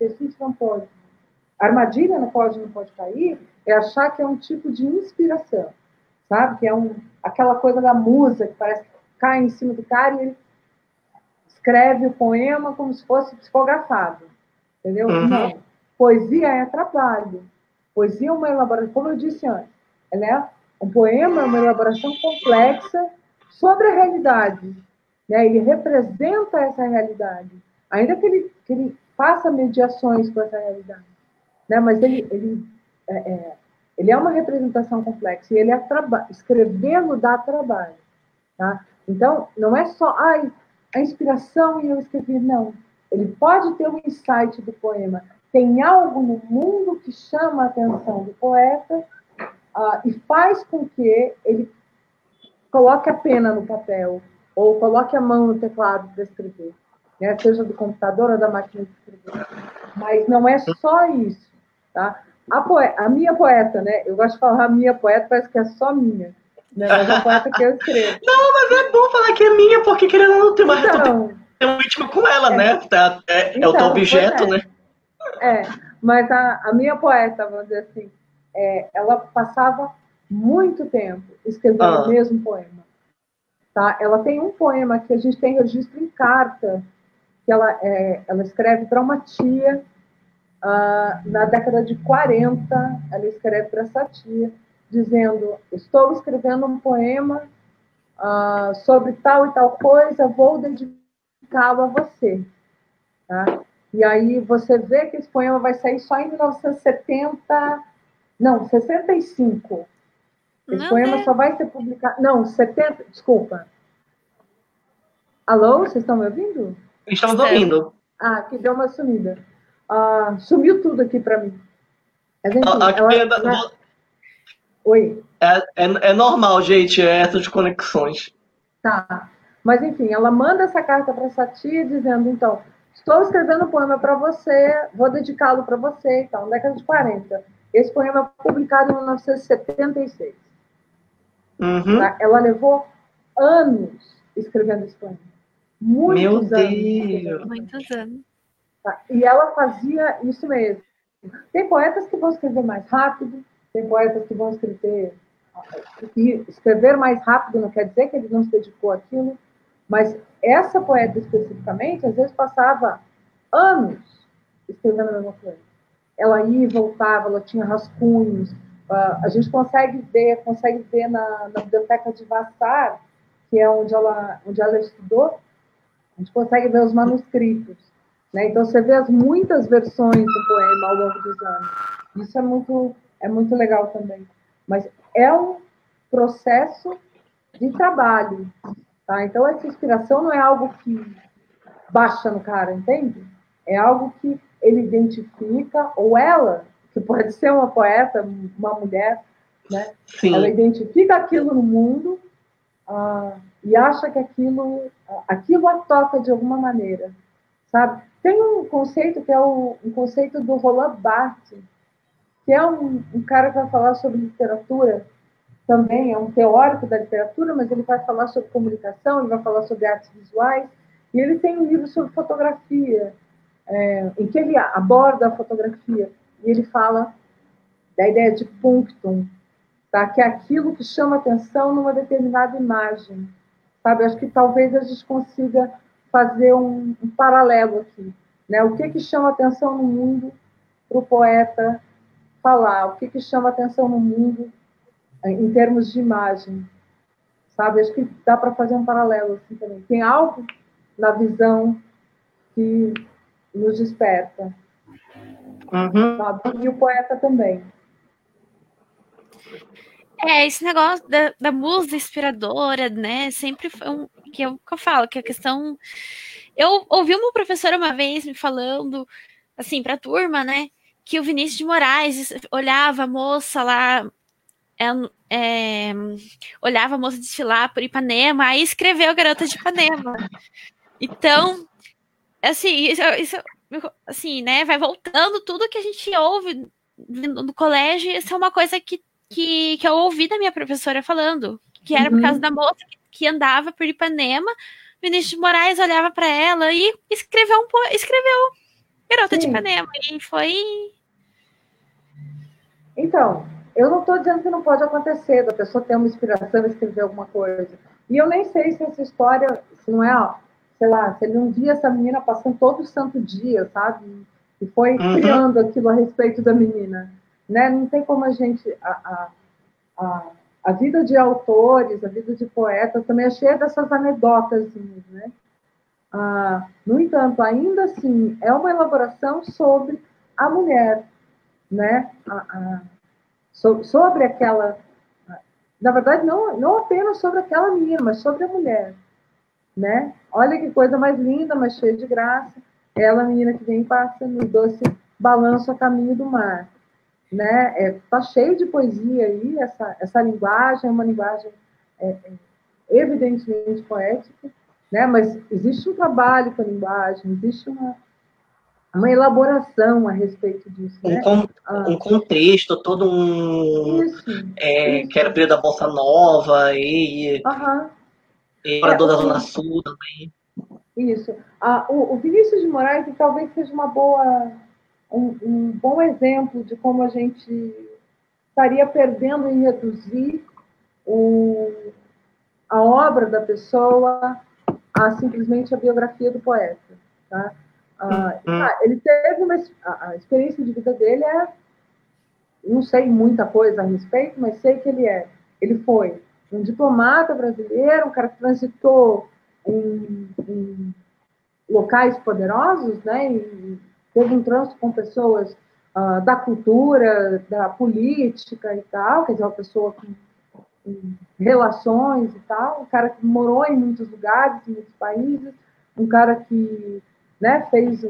a armadilha não pode cair, é achar que é um tipo de inspiração, sabe? Que é aquela coisa da musa que parece que cai em cima do cara e ele escreve o poema como se fosse psicografado, entendeu? Não. Poesia é trabalho. Poesia é uma elaboração, como eu disse antes, um poema é uma elaboração complexa sobre a realidade, né? Ele representa essa realidade, ainda que ele faça mediações com essa realidade, né? Mas ele é uma representação complexa e escrevê-lo dá trabalho, tá? Então, não é só a inspiração e eu escrevi, não. Ele pode ter um insight do poema. Tem algo no mundo que chama a atenção do poeta e faz com que ele coloque a pena no papel ou coloque a mão no teclado para escrever, né? Seja do computador ou da máquina de escrever. Mas não é só isso, tá? A minha poeta, né? Eu gosto de falar a minha poeta, parece que é só minha. Né? Mas é a poeta que eu escrevo. Não, mas é bom falar que é minha, porque querendo ou não ter um ritmo com ela, né? É o teu objeto, né? Mas a minha poeta, vamos dizer assim, ela passava muito tempo escrevendo o mesmo poema. Tá? Ela tem um poema que a gente tem registro em carta, que ela escreve para uma tia, na década de 40, ela escreve para essa tia, dizendo, estou escrevendo um poema sobre tal e tal coisa, vou dedicá-lo a você. Tá? E aí você vê que esse poema vai sair só em 65. Esse poema só vai ser publicado... Não, 70... Desculpa. Alô, vocês estão me ouvindo? Estamos ouvindo. Que deu uma sumida. Sumiu tudo aqui para mim. Mas, enfim, Oi? É normal, gente, essas conexões. Tá. Mas, enfim, ela manda essa carta para essa tia dizendo, então, estou escrevendo um poema para você, vou dedicá-lo para você, então, na década de 40. Esse poema é publicado em 1976. Tá? Ela levou anos escrevendo esse poema. Muitos anos. Muitos anos. Tá? E ela fazia isso mesmo. Tem poetas que vão escrever mais rápido, tem poetas que vão escrever... E escrever mais rápido não quer dizer que ele não se dedicou àquilo, mas essa poeta especificamente, às vezes passava anos escrevendo a mesma coisa. Ela ia e voltava, ela tinha rascunhos. A gente consegue ver na biblioteca de Vassar, que é onde ela estudou, a gente consegue ver os manuscritos. Né? Então, você vê muitas versões do poema ao longo dos anos. Isso é muito legal também. Mas é um processo de trabalho. Tá? Então, essa inspiração não é algo que baixa no cara, entende? É algo que ele identifica, ou ela, que pode ser uma poeta, uma mulher, né? Ela identifica aquilo no mundo e acha que aquilo a toca de alguma maneira. Sabe? Tem um conceito que é um conceito do Roland Barthes, que é um cara que vai falar sobre literatura, também é um teórico da literatura, mas ele vai falar sobre comunicação, ele vai falar sobre artes visuais, e ele tem um livro sobre fotografia, em que ele aborda a fotografia, e ele fala da ideia de punctum, tá? Que é aquilo que chama atenção numa determinada imagem. Sabe? Acho que talvez a gente consiga fazer um paralelo aqui, né? O que chama atenção no mundo para o poeta falar? O que chama atenção no mundo em termos de imagem? Sabe? Acho que dá para fazer um paralelo assim também. Tem algo na visão que nos desperta. Sabe? E o poeta também. Esse negócio da musa inspiradora, né? Sempre foi que eu falo, que a questão. Eu ouvi uma professora uma vez me falando, assim, para a turma, né? Que o Vinícius de Moraes olhava a moça lá, olhava a moça desfilar por Ipanema, aí escreveu Garota de Ipanema. Então, assim, isso assim, né? Vai voltando tudo que a gente ouve no colégio. Isso é uma coisa que eu ouvi da minha professora falando, que era por causa da moça que andava por Ipanema. Vinícius de Moraes olhava para ela e escreveu Garota de Ipanema. E foi. Então, eu não estou dizendo que não pode acontecer, da pessoa ter uma inspiração e escrever alguma coisa. E eu nem sei se essa história, se não é, sei lá, se ele não via essa menina passando todo santo dia, sabe? E foi criando aquilo a respeito da menina. Né? Não tem como a gente... A vida de autores, a vida de poetas também é cheia dessas anedotas, né? No entanto, ainda assim, é uma elaboração sobre a mulher, né? Sobre aquela... Na verdade, não apenas sobre aquela menina, mas sobre a mulher, né? Olha que coisa mais linda, mais cheia de graça. Ela, a menina que vem e passa no doce balanço a caminho do mar. Né? Tá cheio de poesia aí, essa linguagem é uma linguagem evidentemente poética, né? Mas existe um trabalho com a linguagem, existe uma elaboração a respeito disso. Né? Um contexto, todo que era o período da Bossa Nova e morador da Zona Sul também. Isso. O Vinícius de Moraes talvez seja um bom exemplo de como a gente estaria perdendo em reduzir a obra da pessoa a simplesmente a biografia do poeta. Tá? Ele teve a experiência de vida dele não sei muita coisa a respeito, mas sei que ele foi um diplomata brasileiro, um cara que transitou em locais poderosos, né? E teve um trânsito com pessoas da cultura, da política e tal, quer dizer, uma pessoa com relações e tal, um cara que morou em muitos lugares, em muitos países, um cara que, né, fez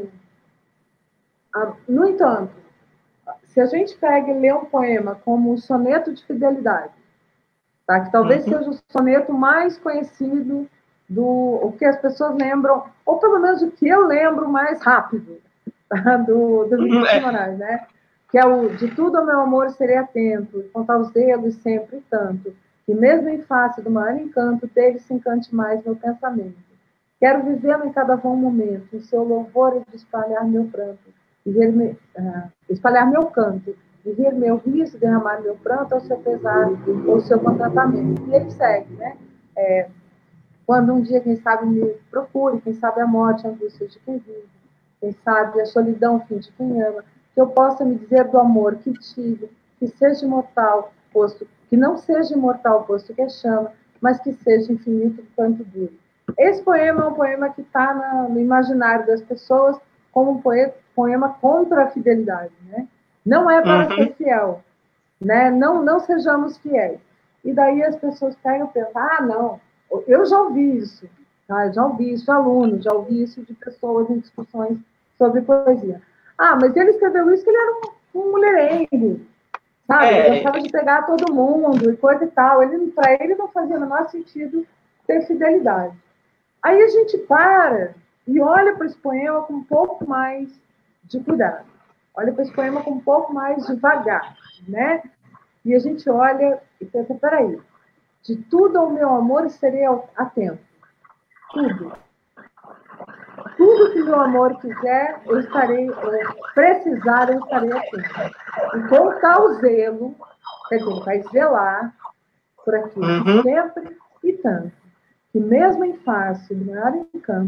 no entanto, se a gente pega e lê um poema como o Soneto de Fidelidade, tá? Que talvez seja o soneto mais conhecido o que as pessoas lembram, ou pelo menos o que eu lembro mais rápido, tá? do Vinícius de Moraes, né? Que é o de tudo ao meu amor serei atento, e contar os dedos sempre e tanto, que mesmo em face do maior encanto, dele se encante mais meu pensamento. Quero vivê-lo em cada vão momento, em seu louvor e de espalhar meu pranto, espalhar meu canto, e rir meu riso, derramar meu pranto, ao seu pesar, ou seu contentamento. E ele segue, né? Quando um dia, quem sabe, me procure, quem sabe a morte, a angústia de quem vive, quem sabe a solidão, fim de quem ama, que eu possa me dizer do amor que tive, que seja imortal, posto que não seja imortal, posto que é chama, mas que seja infinito quanto dure. Esse poema é um poema que está no imaginário das pessoas como um poema contra a fidelidade, né? Não é para ser fiel, né? Não sejamos fiéis. E daí as pessoas pegam e pensam, não, eu já ouvi isso, tá? Já ouvi isso de alunos, já ouvi isso de pessoas em discussões sobre poesia. Mas ele escreveu isso porque ele era um mulherengo, sabe? Ele gostava de pegar todo mundo e coisa e tal. Para ele não fazia o menor sentido ter fidelidade. Aí a gente para e olha para esse poema com um pouco mais de cuidado. Olha para esse poema com um pouco mais devagar, né? E a gente olha e pensa, peraí, de tudo ao meu amor serei atento. Tudo. Tudo que meu amor quiser, eu estarei, precisar, eu estarei atento. E com tal zelo, quer dizer, ele vai zelar por aquilo sempre e tanto, que mesmo em face do maior encanto,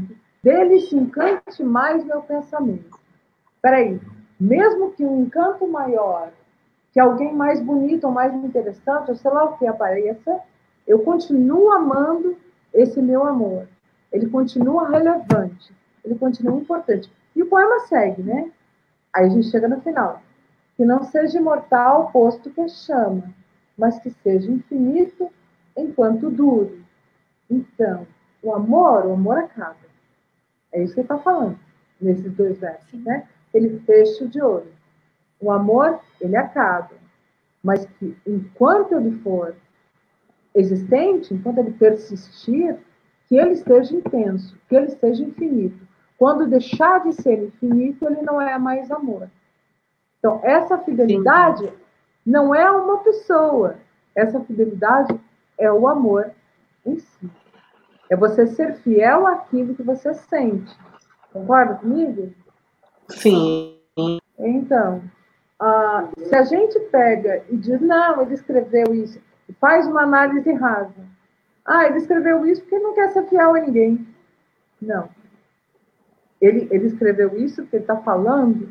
dele se encante mais meu pensamento. Peraí, mesmo que um encanto maior, que alguém mais bonito ou mais interessante, ou sei lá o que apareça, eu continuo amando esse meu amor. Ele continua relevante, ele continua importante. E o poema segue, né? Aí a gente chega no final. Que não seja imortal, posto que é chama, mas que seja infinito enquanto dure. Então, o amor acaba. É isso que ele está falando, nesses 2 versos, né? Ele fecha de olho. O amor, ele acaba. Mas que, enquanto ele for existente, enquanto ele persistir, que ele esteja intenso, que ele seja infinito. Quando deixar de ser infinito, ele não é mais amor. Então, essa fidelidade não é uma pessoa. Essa fidelidade é o amor em si. É você ser fiel àquilo que você sente. Concorda comigo? Sim. Então, se a gente pega e diz, não, ele escreveu isso, e faz uma análise rasa. Ele escreveu isso porque ele não quer ser fiel a ninguém. Não. Ele escreveu isso porque ele está falando,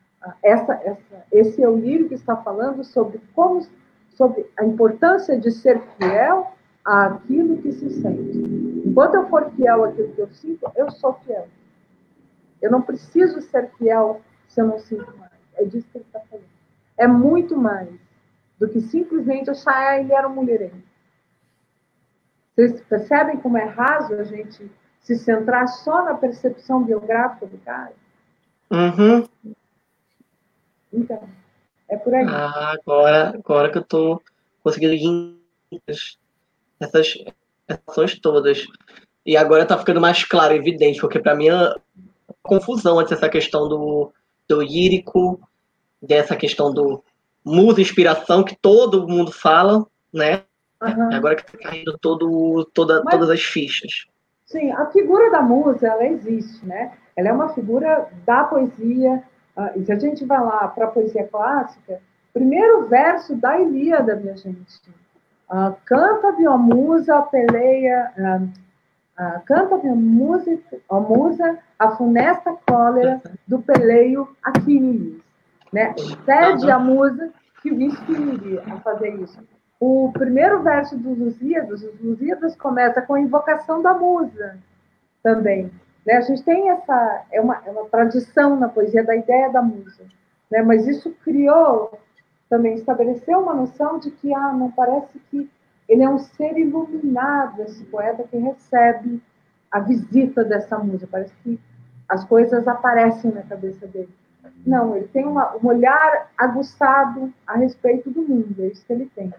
esse Eulírio que está falando sobre a importância de ser fiel àquilo que se sente. Enquanto eu for fiel àquilo que eu sinto, eu sou fiel. Eu não preciso ser fiel se eu não sinto mais. É disso que ele está falando. É muito mais do que simplesmente achar ele era um mulherengo. Vocês percebem como é raso a gente se centrar só na percepção biográfica do cara? Uhum. Então, é por aí. Agora que eu estou conseguindo ir essas ações todas. E agora está ficando mais claro, evidente, porque para mim é confusão antes essa questão do lírico, dessa questão do musa, inspiração, que todo mundo fala, né? Uhum. Agora que está caindo todas as fichas. Sim, a figura da musa, ela existe, né? Ela é uma figura da poesia. E se a gente vai lá para a poesia clássica, primeiro verso da Ilíada, minha gente. Canta-me, ó musa, peleia... Canta-me, ó musa, a funesta cólera do peleio Aquiles. Né? Pede a musa que o inspire a fazer isso. O primeiro verso dos Lusíadas, os Lusíadas começa com a invocação da musa também. Né? A gente tem é uma tradição na poesia da ideia da musa. Né? Mas isso criou, também estabeleceu uma noção de que não parece que ele é um ser iluminado, esse poeta que recebe a visita dessa musa. Parece que as coisas aparecem na cabeça dele. Não, ele tem um olhar aguçado a respeito do mundo, é isso que ele tem.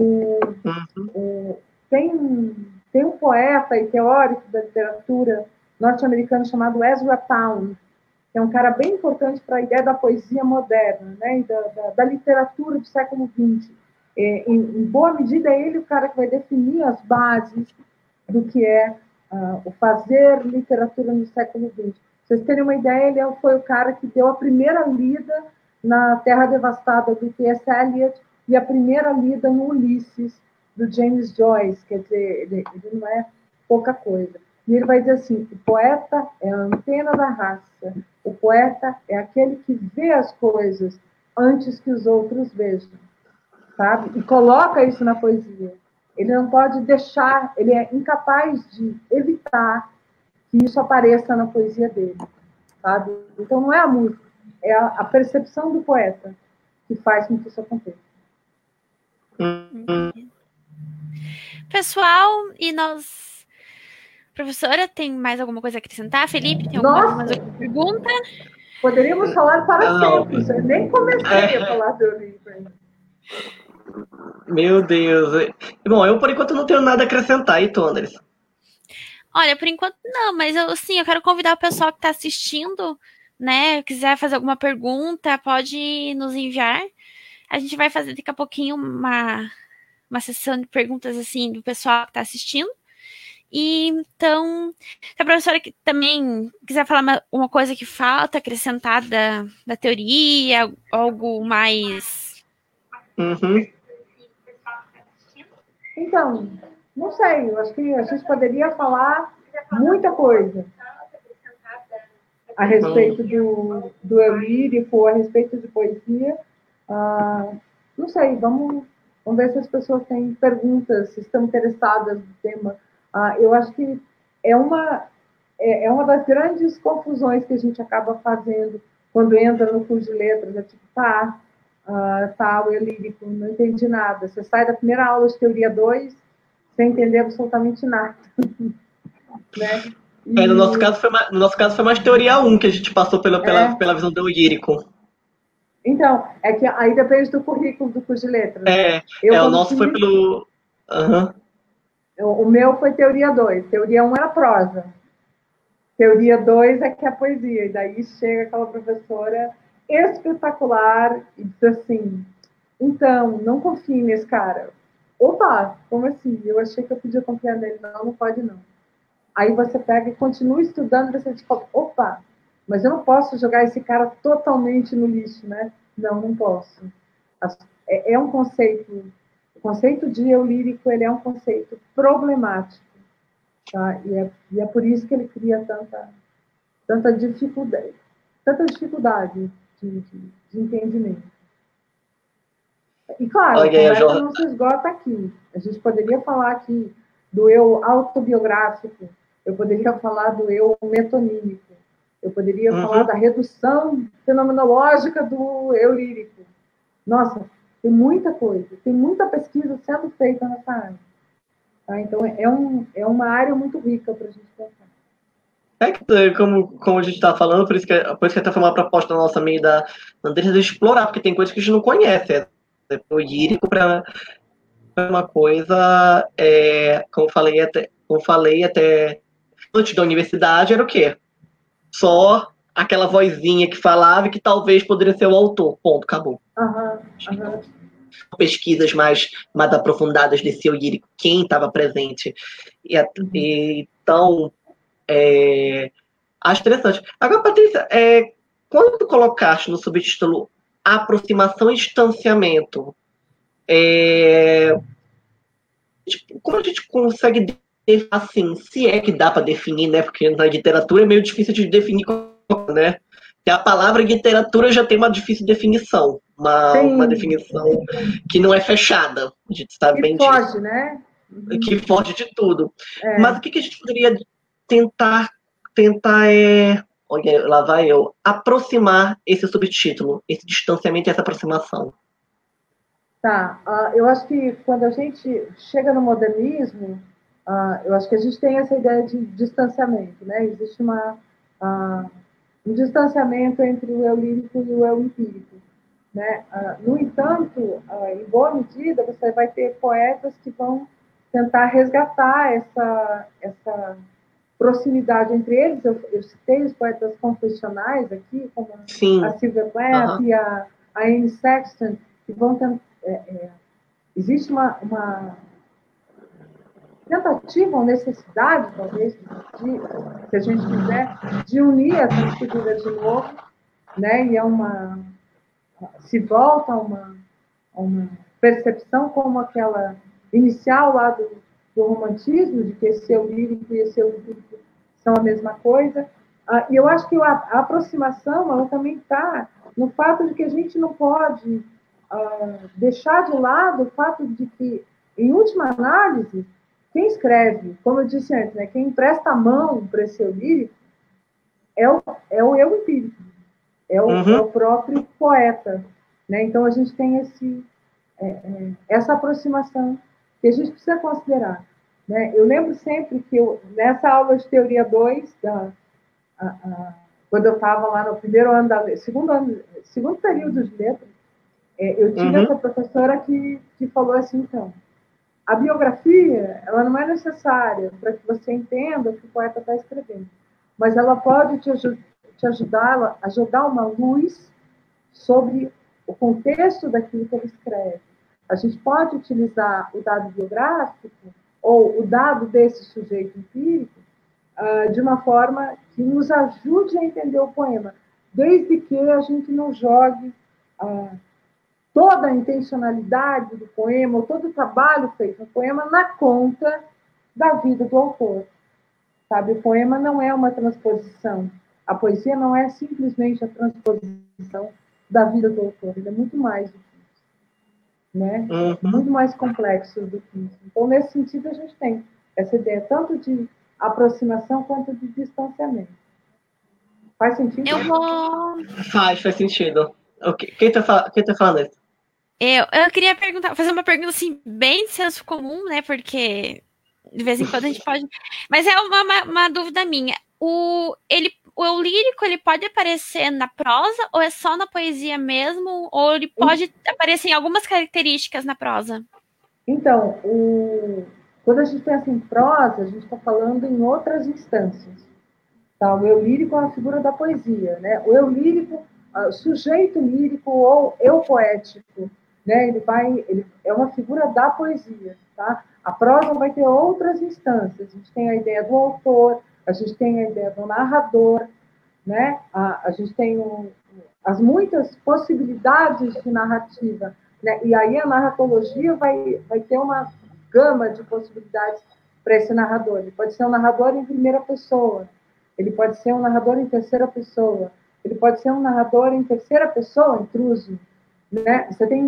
Tem um poeta e teórico da literatura norte-americano chamado Ezra Pound, que é um cara bem importante para a ideia da poesia moderna, né, e da literatura do século XX. Em boa medida, é ele o cara que vai definir as bases do que é o fazer literatura no século XX. Pra vocês terem uma ideia, ele foi o cara que deu a primeira lida na Terra Devastada do T.S. Eliot e a primeira lida no Ulisses, do James Joyce. Quer dizer, ele não é pouca coisa. E ele vai dizer assim, o poeta é a antena da raça, o poeta é aquele que vê as coisas antes que os outros vejam, sabe? E coloca isso na poesia. Ele não pode deixar, ele é incapaz de evitar que isso apareça na poesia dele, sabe? Então não é a música, é a percepção do poeta que faz com que isso aconteça. Pessoal, e nós... Professora, tem mais alguma coisa a acrescentar? Felipe, tem alguma pergunta? Poderíamos falar para sempre. Eu nem comecei a falar do livro ainda. Meu Deus. Bom, eu por enquanto não tenho nada a acrescentar. E tu, Anderson? Olha, por enquanto não, mas eu quero convidar o pessoal que está assistindo, né? Quiser fazer alguma pergunta, pode nos enviar. A gente vai fazer daqui a pouquinho uma sessão de perguntas assim do pessoal que está assistindo. E então, se a professora que também quiser falar uma coisa que falta, acrescentar da teoria, algo mais... Então, não sei, eu acho que a gente poderia falar muita coisa. a respeito do eu lírico, a respeito de poesia. Não sei, vamos ver se as pessoas têm perguntas, se estão interessadas no tema. Eu acho que é uma das grandes confusões que a gente acaba fazendo quando entra no curso de letras. É tipo, o eu lírico, não entendi nada. Você sai da primeira aula de teoria 2 sem entender absolutamente nada. Né? No nosso caso foi mais teoria 1 que a gente passou pela visão do lírico. Então, é que aí depende do currículo do curso de letras. O nosso foi pelo... O meu foi teoria 2. Teoria 1 era prosa. Teoria 2 é que é poesia. E daí chega aquela professora espetacular e diz assim, então, não confie nesse cara. Opa, como assim? Eu achei que eu podia confiar nele. Não pode não. Aí você pega e continua estudando e você fala, opa, mas eu não posso jogar esse cara totalmente no lixo, né? Não posso. É um conceito, o conceito de eu lírico, ele é um conceito problemático, tá? E é por isso que ele cria tanta dificuldade de entendimento. E claro, a conversa não se esgota aqui. A gente poderia falar aqui do eu autobiográfico, eu poderia falar do eu metonímico, eu poderia falar da redução fenomenológica do eu lírico. Nossa, tem muita coisa, tem muita pesquisa sendo feita nessa área. Tá? Então, é uma área muito rica para a gente pensar. Como a gente está falando, por isso que até foi uma proposta nossa meio da Andressa de explorar, porque tem coisas que a gente não conhece. O lírico para uma coisa, como falei até antes da universidade, era o quê? Só aquela vozinha que falava e que talvez poderia ser o autor. Ponto, acabou. Pesquisas mais aprofundadas desse eu lírico, quem estava presente. Então, acho interessante. Agora, Patrícia, quando tu colocaste no subtítulo aproximação e distanciamento, como a gente consegue assim, se é que dá para definir, né? Porque na literatura é meio difícil de definir, né? A palavra literatura já tem uma difícil definição, uma definição que não é fechada. A gente sabe bem disso. Que foge, né? Que foge de tudo. Mas o que a gente poderia tentar olha, lá vai eu, aproximar esse subtítulo, esse distanciamento e essa aproximação? Eu acho que quando a gente chega no modernismo, eu acho que a gente tem essa ideia de distanciamento, né? Existe um distanciamento entre o eu lírico e o eu empírico, né? No entanto, em boa medida, você vai ter poetas que vão tentar resgatar essa proximidade entre eles. Eu citei os poetas confessionais aqui, como a Sylvia Plath e a Anne Sexton, que vão tentar... existe uma tentativa, uma necessidade, talvez, se a gente quiser, de unir essas figuras de novo, né? E se volta a uma percepção como aquela inicial lá do romantismo, de que esse eu lírico e esse eu lírico são a mesma coisa. E eu acho que a aproximação, ela também está no fato de que a gente não pode deixar de lado o fato de que, em última análise, quem escreve, como eu disse antes, né, quem empresta a mão para esse eu lírico é o eu empírico, é o próprio poeta. Né? Então, a gente tem essa aproximação que a gente precisa considerar. Né? Eu lembro sempre que nessa aula de teoria 2, quando eu estava lá no primeiro ano, segundo período de letras, eu tive essa professora que falou assim, então, a biografia, ela não é necessária para que você entenda o que o poeta está escrevendo, mas ela pode te ajudar a jogar uma luz sobre o contexto daquilo que ele escreve. A gente pode utilizar o dado biográfico ou o dado desse sujeito empírico de uma forma que nos ajude a entender o poema, desde que a gente não jogue toda a intencionalidade do poema, ou todo o trabalho feito no poema na conta da vida do autor. Sabe? O poema não é uma transposição. a poesia não é simplesmente a transposição da vida do autor, ele é muito mais do que isso, né? Muito mais complexo do que isso. Então, nesse sentido, a gente tem essa ideia tanto de aproximação quanto de distanciamento. Faz sentido? Eu vou... Faz sentido. Quem tá falando isso? Eu queria fazer uma pergunta assim, bem de senso comum, né? Porque de vez em quando a gente pode. Mas é uma dúvida minha. O eu lírico, ele pode aparecer na prosa ou é só na poesia mesmo? Ou ele pode aparecer em algumas características na prosa? Então, quando a gente pensa em prosa, a gente está falando em outras instâncias. Tá? O eu lírico é uma figura da poesia, né? O eu lírico, sujeito lírico ou eu poético, né? Ele é uma figura da poesia, tá? A prosa vai ter outras instâncias. A gente tem a ideia do autor, a gente tem a ideia do narrador, né? A gente tem as muitas possibilidades de narrativa, né? E aí a narratologia vai ter uma gama de possibilidades para esse narrador. Ele pode ser um narrador em primeira pessoa, ele pode ser um narrador em terceira pessoa, ele pode ser um narrador em terceira pessoa, intruso, né? Você tem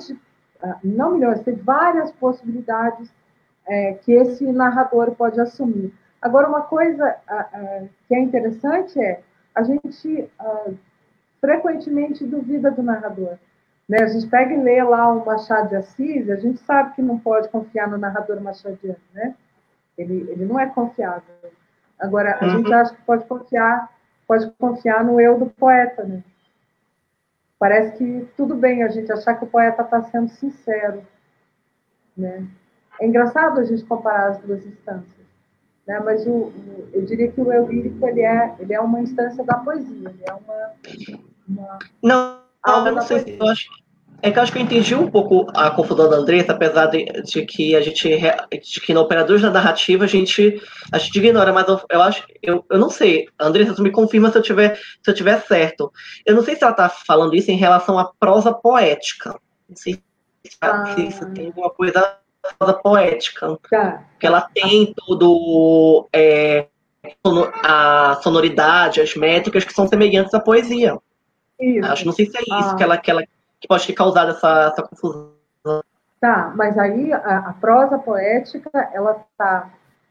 tem várias possibilidades que esse narrador pode assumir. Agora, uma coisa que é interessante a gente frequentemente duvida do narrador, né? A gente pega e lê lá o Machado de Assis, a gente sabe que não pode confiar no narrador machadiano, né? Ele não é confiável. Agora, a gente acha que pode confiar no eu do poeta, né? Parece que tudo bem a gente achar que o poeta está sendo sincero, né? É engraçado a gente comparar as duas instâncias, né? Mas eu diria que o eu lírico ele é uma instância da poesia, ele é uma não, eu não sei se eu acho. É que eu acho que eu entendi um pouco a confusão da Andressa, apesar de que de que no Operadores da Narrativa a gente ignora, mas eu acho, eu não sei, Andressa, tu me confirma se eu tiver certo. Eu não sei se ela está falando isso em relação à prosa poética. Não sei se tem alguma coisa da prosa poética. Que ela tem tudo a sonoridade, as métricas que são semelhantes à poesia. Isso. Não sei se é isso que pode ter causado essa confusão. Tá, mas aí a prosa poética, ela está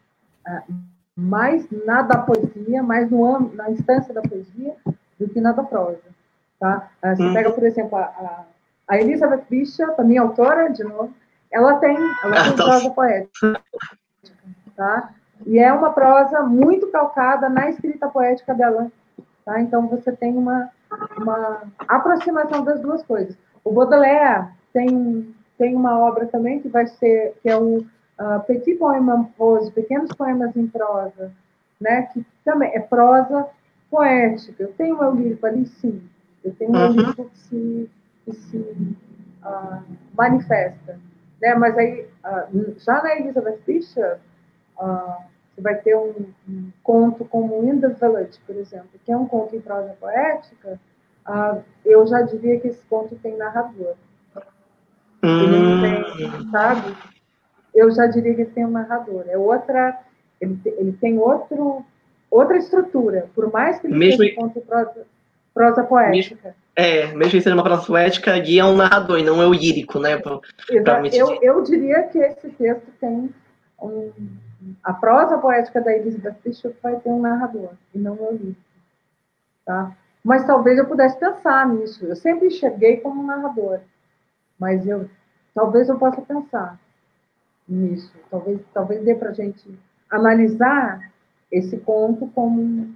mais na da poesia, mais na instância da poesia, do que na da prosa. Tá? Você pega, por exemplo, a Elizabeth Bishop, a minha autora, de novo, ela tem prosa poética. Tá? E é uma prosa muito calcada na escrita poética dela. Tá? Então, você tem uma aproximação das duas coisas. O Baudelaire tem uma obra também que é o Petit Poème en Prose, Pequenos Poemas em Prosa, né? Que também é prosa poética. Eu tenho um eu lírico ali, sim. Eu tenho um eu lírico que se manifesta. Né? Mas aí, já na Elizabeth Bishop, você vai ter um conto como In the Village, por exemplo, que é um conto em prosa poética. Eu já diria que esse conto tem narrador. Ele não tem, sabe? Eu já diria que ele tem um narrador. Ele tem outra estrutura, por mais que ele seja um conto de prosa poética. Mesmo que seja uma prosa poética, guia um narrador e não é o lírico, né? Eu diria que esse texto tem a prosa poética da Elizabeth Bishop vai ter um narrador, e não o lírico. Tá? Mas talvez eu pudesse pensar nisso. Eu sempre enxerguei como um narrador, mas talvez eu possa pensar nisso. Talvez dê para a gente analisar esse conto como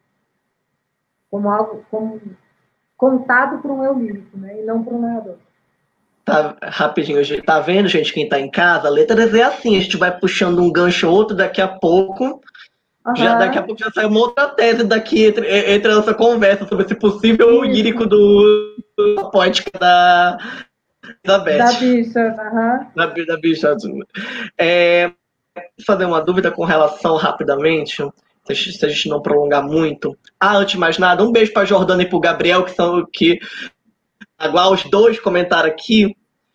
algo contado por um eu lírico, né? E não por um narrador. Tá, rapidinho, tá vendo, gente, quem tá em casa? Letras é assim, a gente vai puxando um gancho ou outro, daqui a pouco daqui a pouco já sai uma outra tese daqui entre a nossa conversa sobre esse possível lírico da poética da Elizabeth. Da Bishop, Da Bishop. Fazer uma dúvida com relação rapidamente, se a gente não prolongar muito. Antes de mais nada, um beijo pra Jordana e pro Gabriel, que igual os dois comentaram aqui.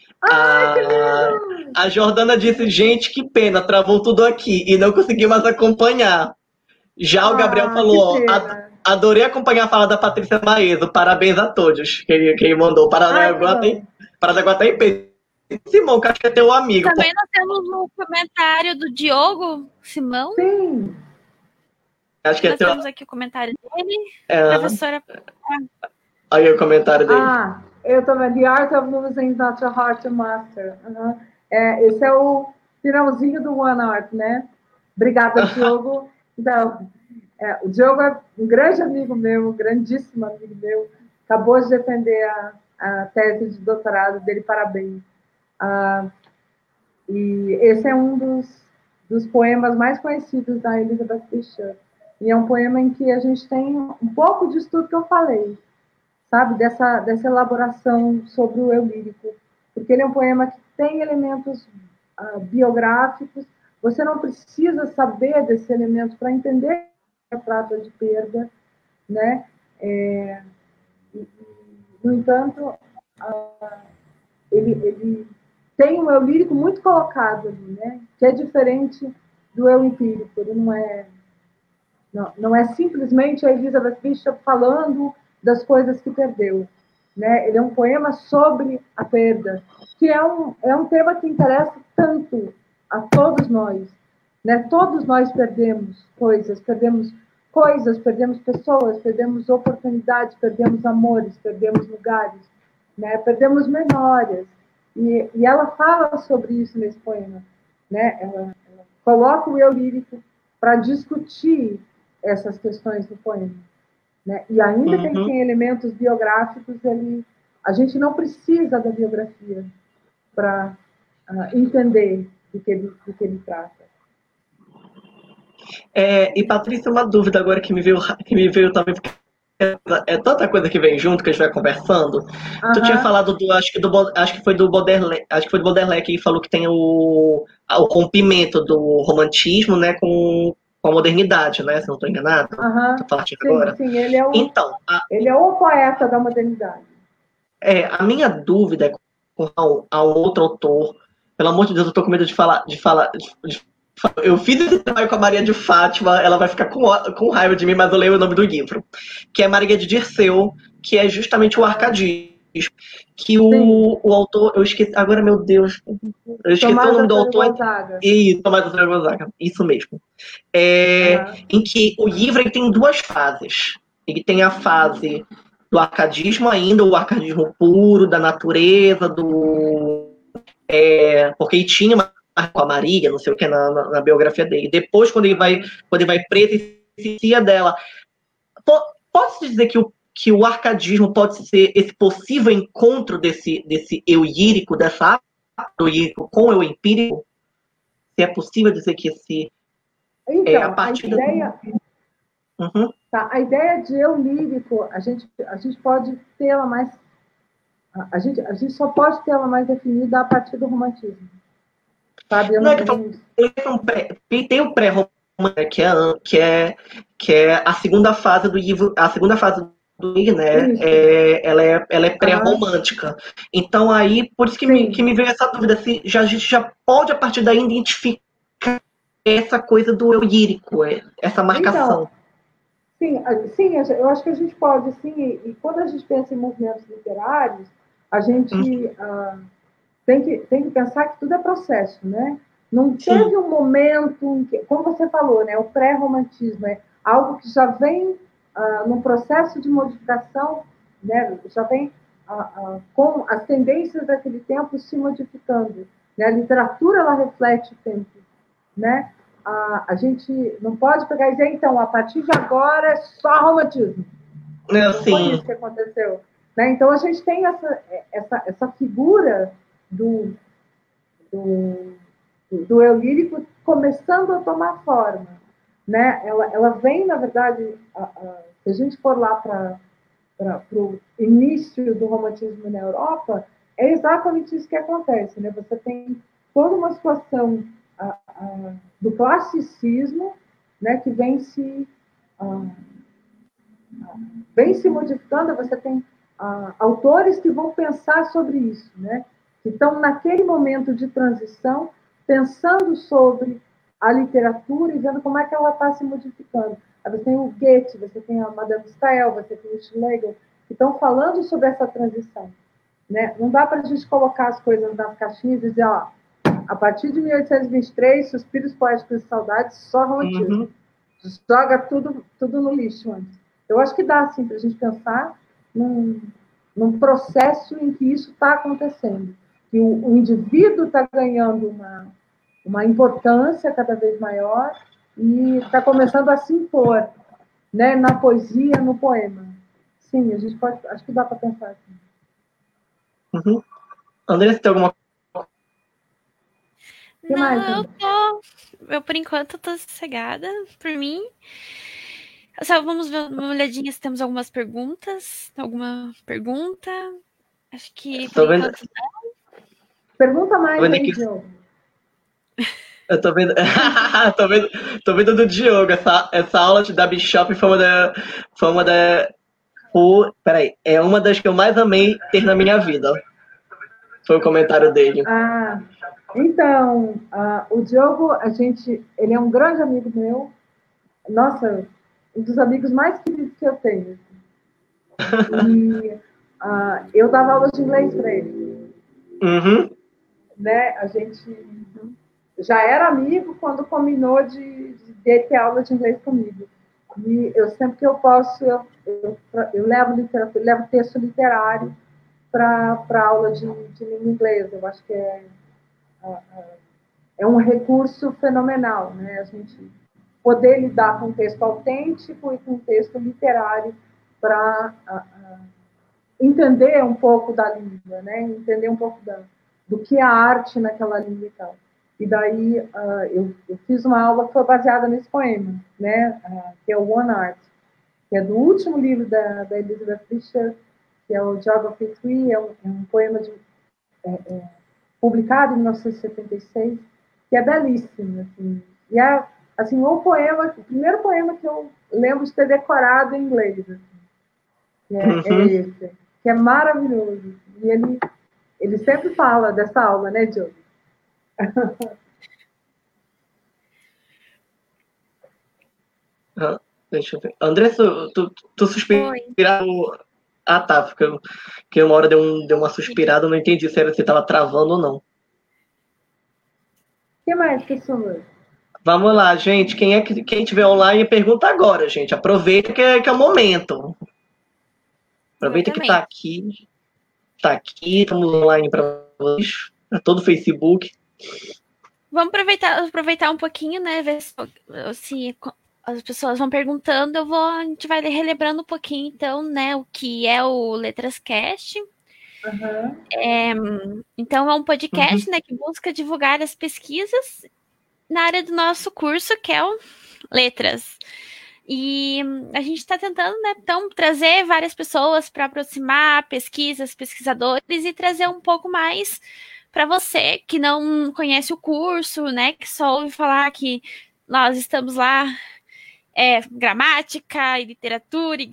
A Jordana disse, gente, que pena, travou tudo aqui e não consegui mais acompanhar. Já o Gabriel falou, Adorei acompanhar a fala da Patrícia Maeso. Parabéns a todos que ele mandou. Paranaguá em peso. Simão, que acho que é teu amigo. Também nós temos o comentário do Diogo Simão. Sim. Acho que nós temos aqui o comentário dele. Professora. Aí o comentário dele. Eu também. The Art of Losing is not so hard to master. Esse é o finalzinho do One Art, né? Obrigada, Diogo. Então, o Diogo é um grande amigo meu, um grandíssimo amigo meu. Acabou de defender a tese de doutorado dele, parabéns. E esse é um dos poemas mais conhecidos da Elizabeth Bishop. E é um poema em que a gente tem um pouco disso tudo que eu falei, sabe? Dessa elaboração sobre o eu lírico. Porque ele é um poema que tem elementos biográficos. Você não precisa saber desse elemento para entender que trata de perda, né? No entanto, ele tem um eu lírico muito colocado ali, né? Que é diferente do eu empírico. Ele não é simplesmente a Elizabeth Bishop falando das coisas que perdeu, né? Ele é um poema sobre a perda, que é um tema que interessa tanto a todos nós, né? Todos nós perdemos coisas, perdemos pessoas, perdemos oportunidades, perdemos amores, perdemos lugares, né? Perdemos memórias. E ela fala sobre isso nesse poema, né? Ela coloca o eu lírico para discutir essas questões do poema, né? E ainda que ele tenha elementos biográficos, a gente não precisa da biografia para entender do que ele trata. E Patrícia, uma dúvida agora que me veio também, porque é tanta coisa que vem junto que a gente vai conversando. Tu tinha falado acho que foi do Baudelaire que falou que tem o rompimento do romantismo, né, com a modernidade, né, se não estou enganado. Agora. Sim, ele é ele é o poeta da modernidade. A minha dúvida é com a outro autor. Pelo amor de Deus, eu tô com medo de falar. Eu fiz esse trabalho com a Maria de Fátima, ela vai ficar com raiva de mim, mas eu leio o nome do livro. Que é Maria de Dirceu, que é justamente o arcadismo. Que o autor, eu esqueci, agora meu Deus, eu esqueci o nome do autor. Tomás Antônio Gonzaga, isso mesmo. Em que o livro ele tem duas fases. Ele tem a fase do arcadismo ainda, o arcadismo puro, da natureza, porque ele tinha uma com a Maria, não sei o que, na biografia dele. Depois, quando ele vai preso e se ficia dela. Pode-se dizer que o arcadismo pode ser esse possível encontro desse eu lírico, dessa do lírico com o eu empírico? Se é possível dizer que esse... Então, a ideia... a ideia de eu lírico, a gente pode tê-la mais... A gente só pode tê-la mais definida a partir do romantismo. Sabe? Tem o pré-romântico, que é a segunda fase do livro, do livro, né? Ela é pré-romântica. Então aí, por isso que me veio essa dúvida, se a gente já pode a partir daí identificar essa coisa do eu lírico, essa marcação. Então, sim, eu acho que a gente pode, sim, e quando a gente pensa em movimentos literários, a gente tem que pensar que tudo é processo, né? Não teve um momento em que, como você falou, né, o pré-romantismo é algo que já vem num processo de modificação, né, já vem com as tendências daquele tempo se modificando, né? A literatura ela reflete o tempo, né? A gente não pode pegar e dizer, então, a partir de agora é só romantismo. Não foi isso que aconteceu. Né? Então, a gente tem essa figura do eu lírico começando a tomar forma. Né? Ela vem, na verdade, se a gente for lá para o início do romantismo na Europa, é exatamente isso que acontece. Né? Você tem toda uma situação do classicismo, né, que vem se modificando. Você tem autores que vão pensar sobre isso, né, que estão naquele momento de transição, pensando sobre a literatura e vendo como é que ela está se modificando. Aí você tem o Goethe, você tem a Madame Stael, você tem o Schlegel, que estão falando sobre essa transição. Né? Não dá para a gente colocar as coisas nas caixinhas e dizer, ó, a partir de 1823, Suspiros Poéticos e Saudades, só romantismo. Joga tudo no lixo antes. Eu acho que dá, assim, para a gente pensar num processo em que isso está acontecendo. Que o indivíduo está ganhando uma importância cada vez maior e está começando a se impor, né, na poesia, no poema. Sim, a gente pode, acho que dá para pensar assim. André, você tem alguma que mais, eu por enquanto tô sossegada. Por mim, só vamos ver uma olhadinha se temos algumas perguntas. Alguma pergunta? Acho que por enquanto não. Pergunta mais aí, Diogo. Eu tô vendo. tô vendo do Diogo. Essa aula da Bishop peraí, é uma das que eu mais amei ter na minha vida. Foi o comentário dele. Então, o Diogo, ele é um grande amigo meu. Nossa, um dos amigos mais queridos que eu tenho. E eu dava aula de inglês para ele. Né? A gente já era amigo quando combinou de ter aula de inglês comigo. E eu sempre que eu posso, eu levo literatura, levo texto literário para aula de língua inglesa. Eu acho que é um recurso fenomenal, né? A gente poder lidar com um texto autêntico e com um texto literário para entender um pouco da língua, né? Entender um pouco do que é a arte naquela língua e tal. E daí eu fiz uma aula que foi baseada nesse poema, né? Que é o One Art, que é do último livro da Elizabeth Fisher, que é o Geography Tree, é um poema publicado em 1976, que é belíssimo, assim. E é assim, o primeiro poema que eu lembro de ter decorado em inglês, assim, é esse, que é maravilhoso. E ele sempre fala dessa aula, né, Diogo? Deixa eu ver. André, tu suspirou. Tá. Porque uma hora deu uma suspirada, eu não entendi se estava travando ou não. O que mais, pessoas? Vamos lá, gente. Quem tiver online, pergunta agora, gente. Aproveita que é o momento. Aproveita que tá aqui. Tá aqui, estamos online para vocês. Para todo o Facebook. Vamos aproveitar um pouquinho, né? Ver se as pessoas vão perguntando. A gente vai relembrando um pouquinho, então, né? O que é o Letrascast. Então, é um podcast, né? Que busca divulgar as pesquisas na área do nosso curso, que é o Letras. E a gente está tentando, né, então, trazer várias pessoas para aproximar pesquisadores e trazer um pouco mais para você que não conhece o curso, né, que só ouve falar que nós estamos lá gramática e literatura,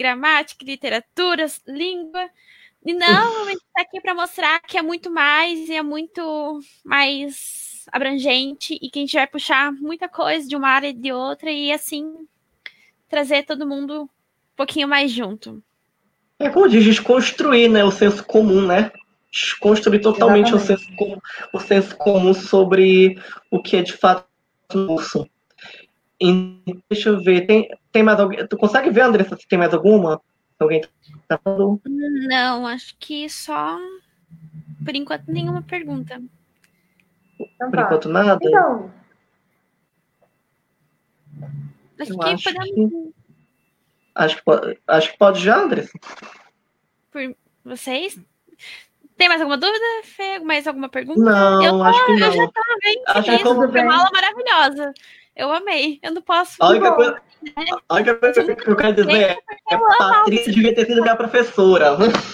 língua. E não, a gente está aqui para mostrar que é muito mais e é muito mais abrangente e que a gente vai puxar muita coisa de uma área e de outra e assim trazer todo mundo um pouquinho mais junto. É como diz, desconstruir, né, o senso comum, né? Desconstruir totalmente o senso comum sobre o que é de fato o curso. Deixa eu ver, tem mais alguém? Tu consegue ver, Andressa, se tem mais alguma? Alguém tá falando? Não, acho que só por enquanto nenhuma pergunta. Então, por enquanto nada? Então, acho que pode já, Andressa. Por vocês? Tem mais alguma dúvida, Fê? Mais alguma pergunta? Não, acho que não. Eu já estava bem feliz, foi uma aula maravilhosa. Eu amei. Eu não posso... A única coisa que eu quero dizer é que a Patrícia devia ter sido minha professora.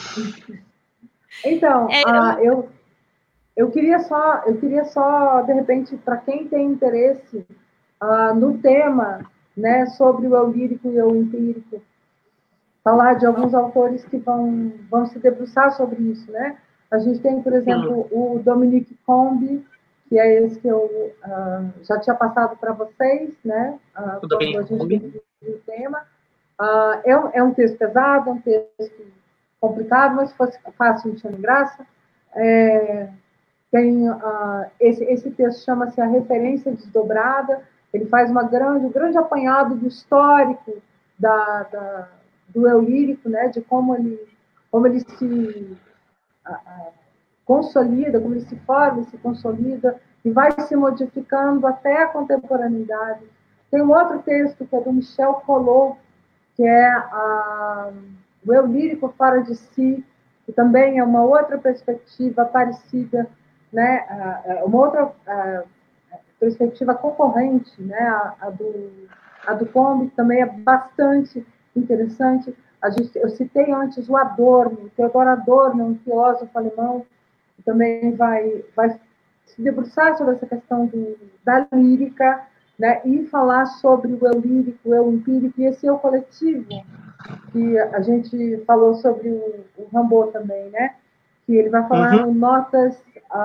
Então, eu queria só, de repente, para quem tem interesse no tema, né, sobre o eu lírico e o eu empírico, falar de alguns autores que vão se debruçar sobre isso, né? A gente tem, por exemplo, o Dominique Combe, que é esse que eu já tinha passado para vocês, né? Tudo bem, quando a gente dividiu o tema. É um texto pesado, é um texto complicado, mas se fosse fácil, não tinha graça. Esse texto chama-se A Referência Desdobrada. Ele faz um grande apanhado do histórico do eu lírico, né? De como ele se consolida, como ele se forma e se consolida, e vai se modificando até a contemporaneidade. Tem um outro texto que é do Michel Collot, que é o eu lírico fora de si, que também é uma outra perspectiva parecida, né? Uma outra perspectiva concorrente, né? A do Combe, que também é bastante interessante. Eu citei antes o Adorno, o Theodor Adorno, um filósofo alemão, que também vai se debruçar sobre essa questão da lírica, né, e falar sobre o eu lírico, o eu empírico e esse eu coletivo, que a gente falou sobre o Rimbaud também, né, que ele vai falar no Notas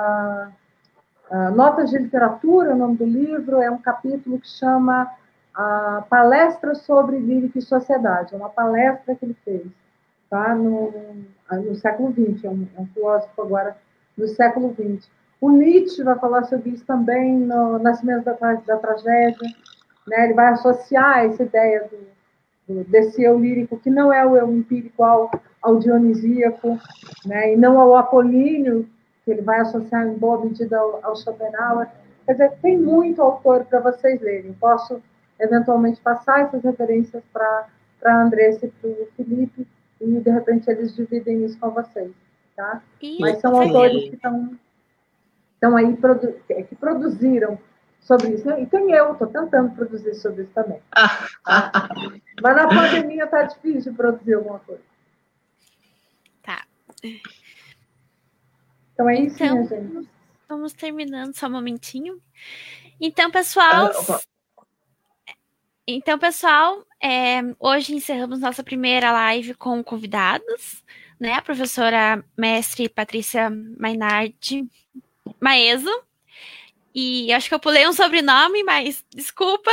de Literatura, o nome do livro, é um capítulo que chama Palestra sobre Lírica e Sociedade, é uma palestra que ele fez, tá, no século XX, é um filósofo agora do século XX. O Nietzsche vai falar sobre isso também no Nascimento da Tragédia, né? Ele vai associar essa ideia desse eu lírico, que não é o eu empírico, ao dionisíaco, né? E não ao apolíneo, que ele vai associar em boa medida ao Schopenhauer. Quer dizer, tem muito autor para vocês lerem. Posso, eventualmente, passar essas referências para a Andressa e para o Felipe, e, de repente, eles dividem isso com vocês. Tá? Mas são autores que estão aí, que produziram sobre isso. E tem eu, estou tentando produzir sobre isso também. Tá? Mas na pandemia está difícil de produzir alguma coisa. Tá. Então é isso, minha gente. Vamos terminando só um momentinho. Então, pessoal... hoje encerramos nossa primeira live com convidados, né? A professora mestre Patrícia Mainardi Maeso. E acho que eu pulei um sobrenome, mas desculpa.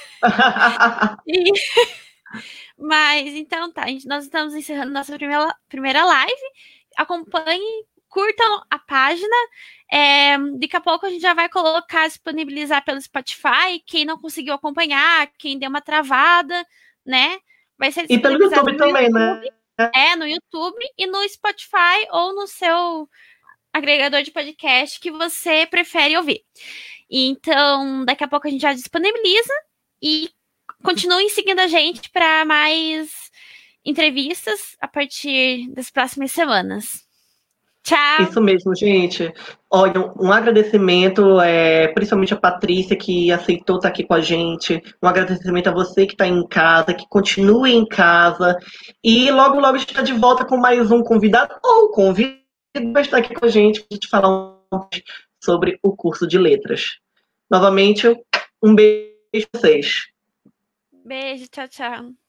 Mas então tá, nós estamos encerrando nossa primeira live. Acompanhem, curtam a página. Daqui a pouco a gente já vai disponibilizar pelo Spotify. Quem não conseguiu acompanhar, quem deu uma travada, né? Vai ser disponibilizado e pelo YouTube também, né? No YouTube e no Spotify ou no seu agregador de podcast que você prefere ouvir. Então, daqui a pouco a gente já disponibiliza e continuem seguindo a gente para mais entrevistas a partir das próximas semanas. Tchau! Isso mesmo, gente. Olha, um agradecimento, principalmente a Patrícia, que aceitou estar aqui com a gente. Um agradecimento a você que está em casa, que continue em casa. E logo, logo a gente está de volta com mais um convidado ou convidado para estar aqui com a gente, para a gente falar um pouco sobre o curso de letras. Novamente, um beijo para vocês. Beijo, tchau, tchau.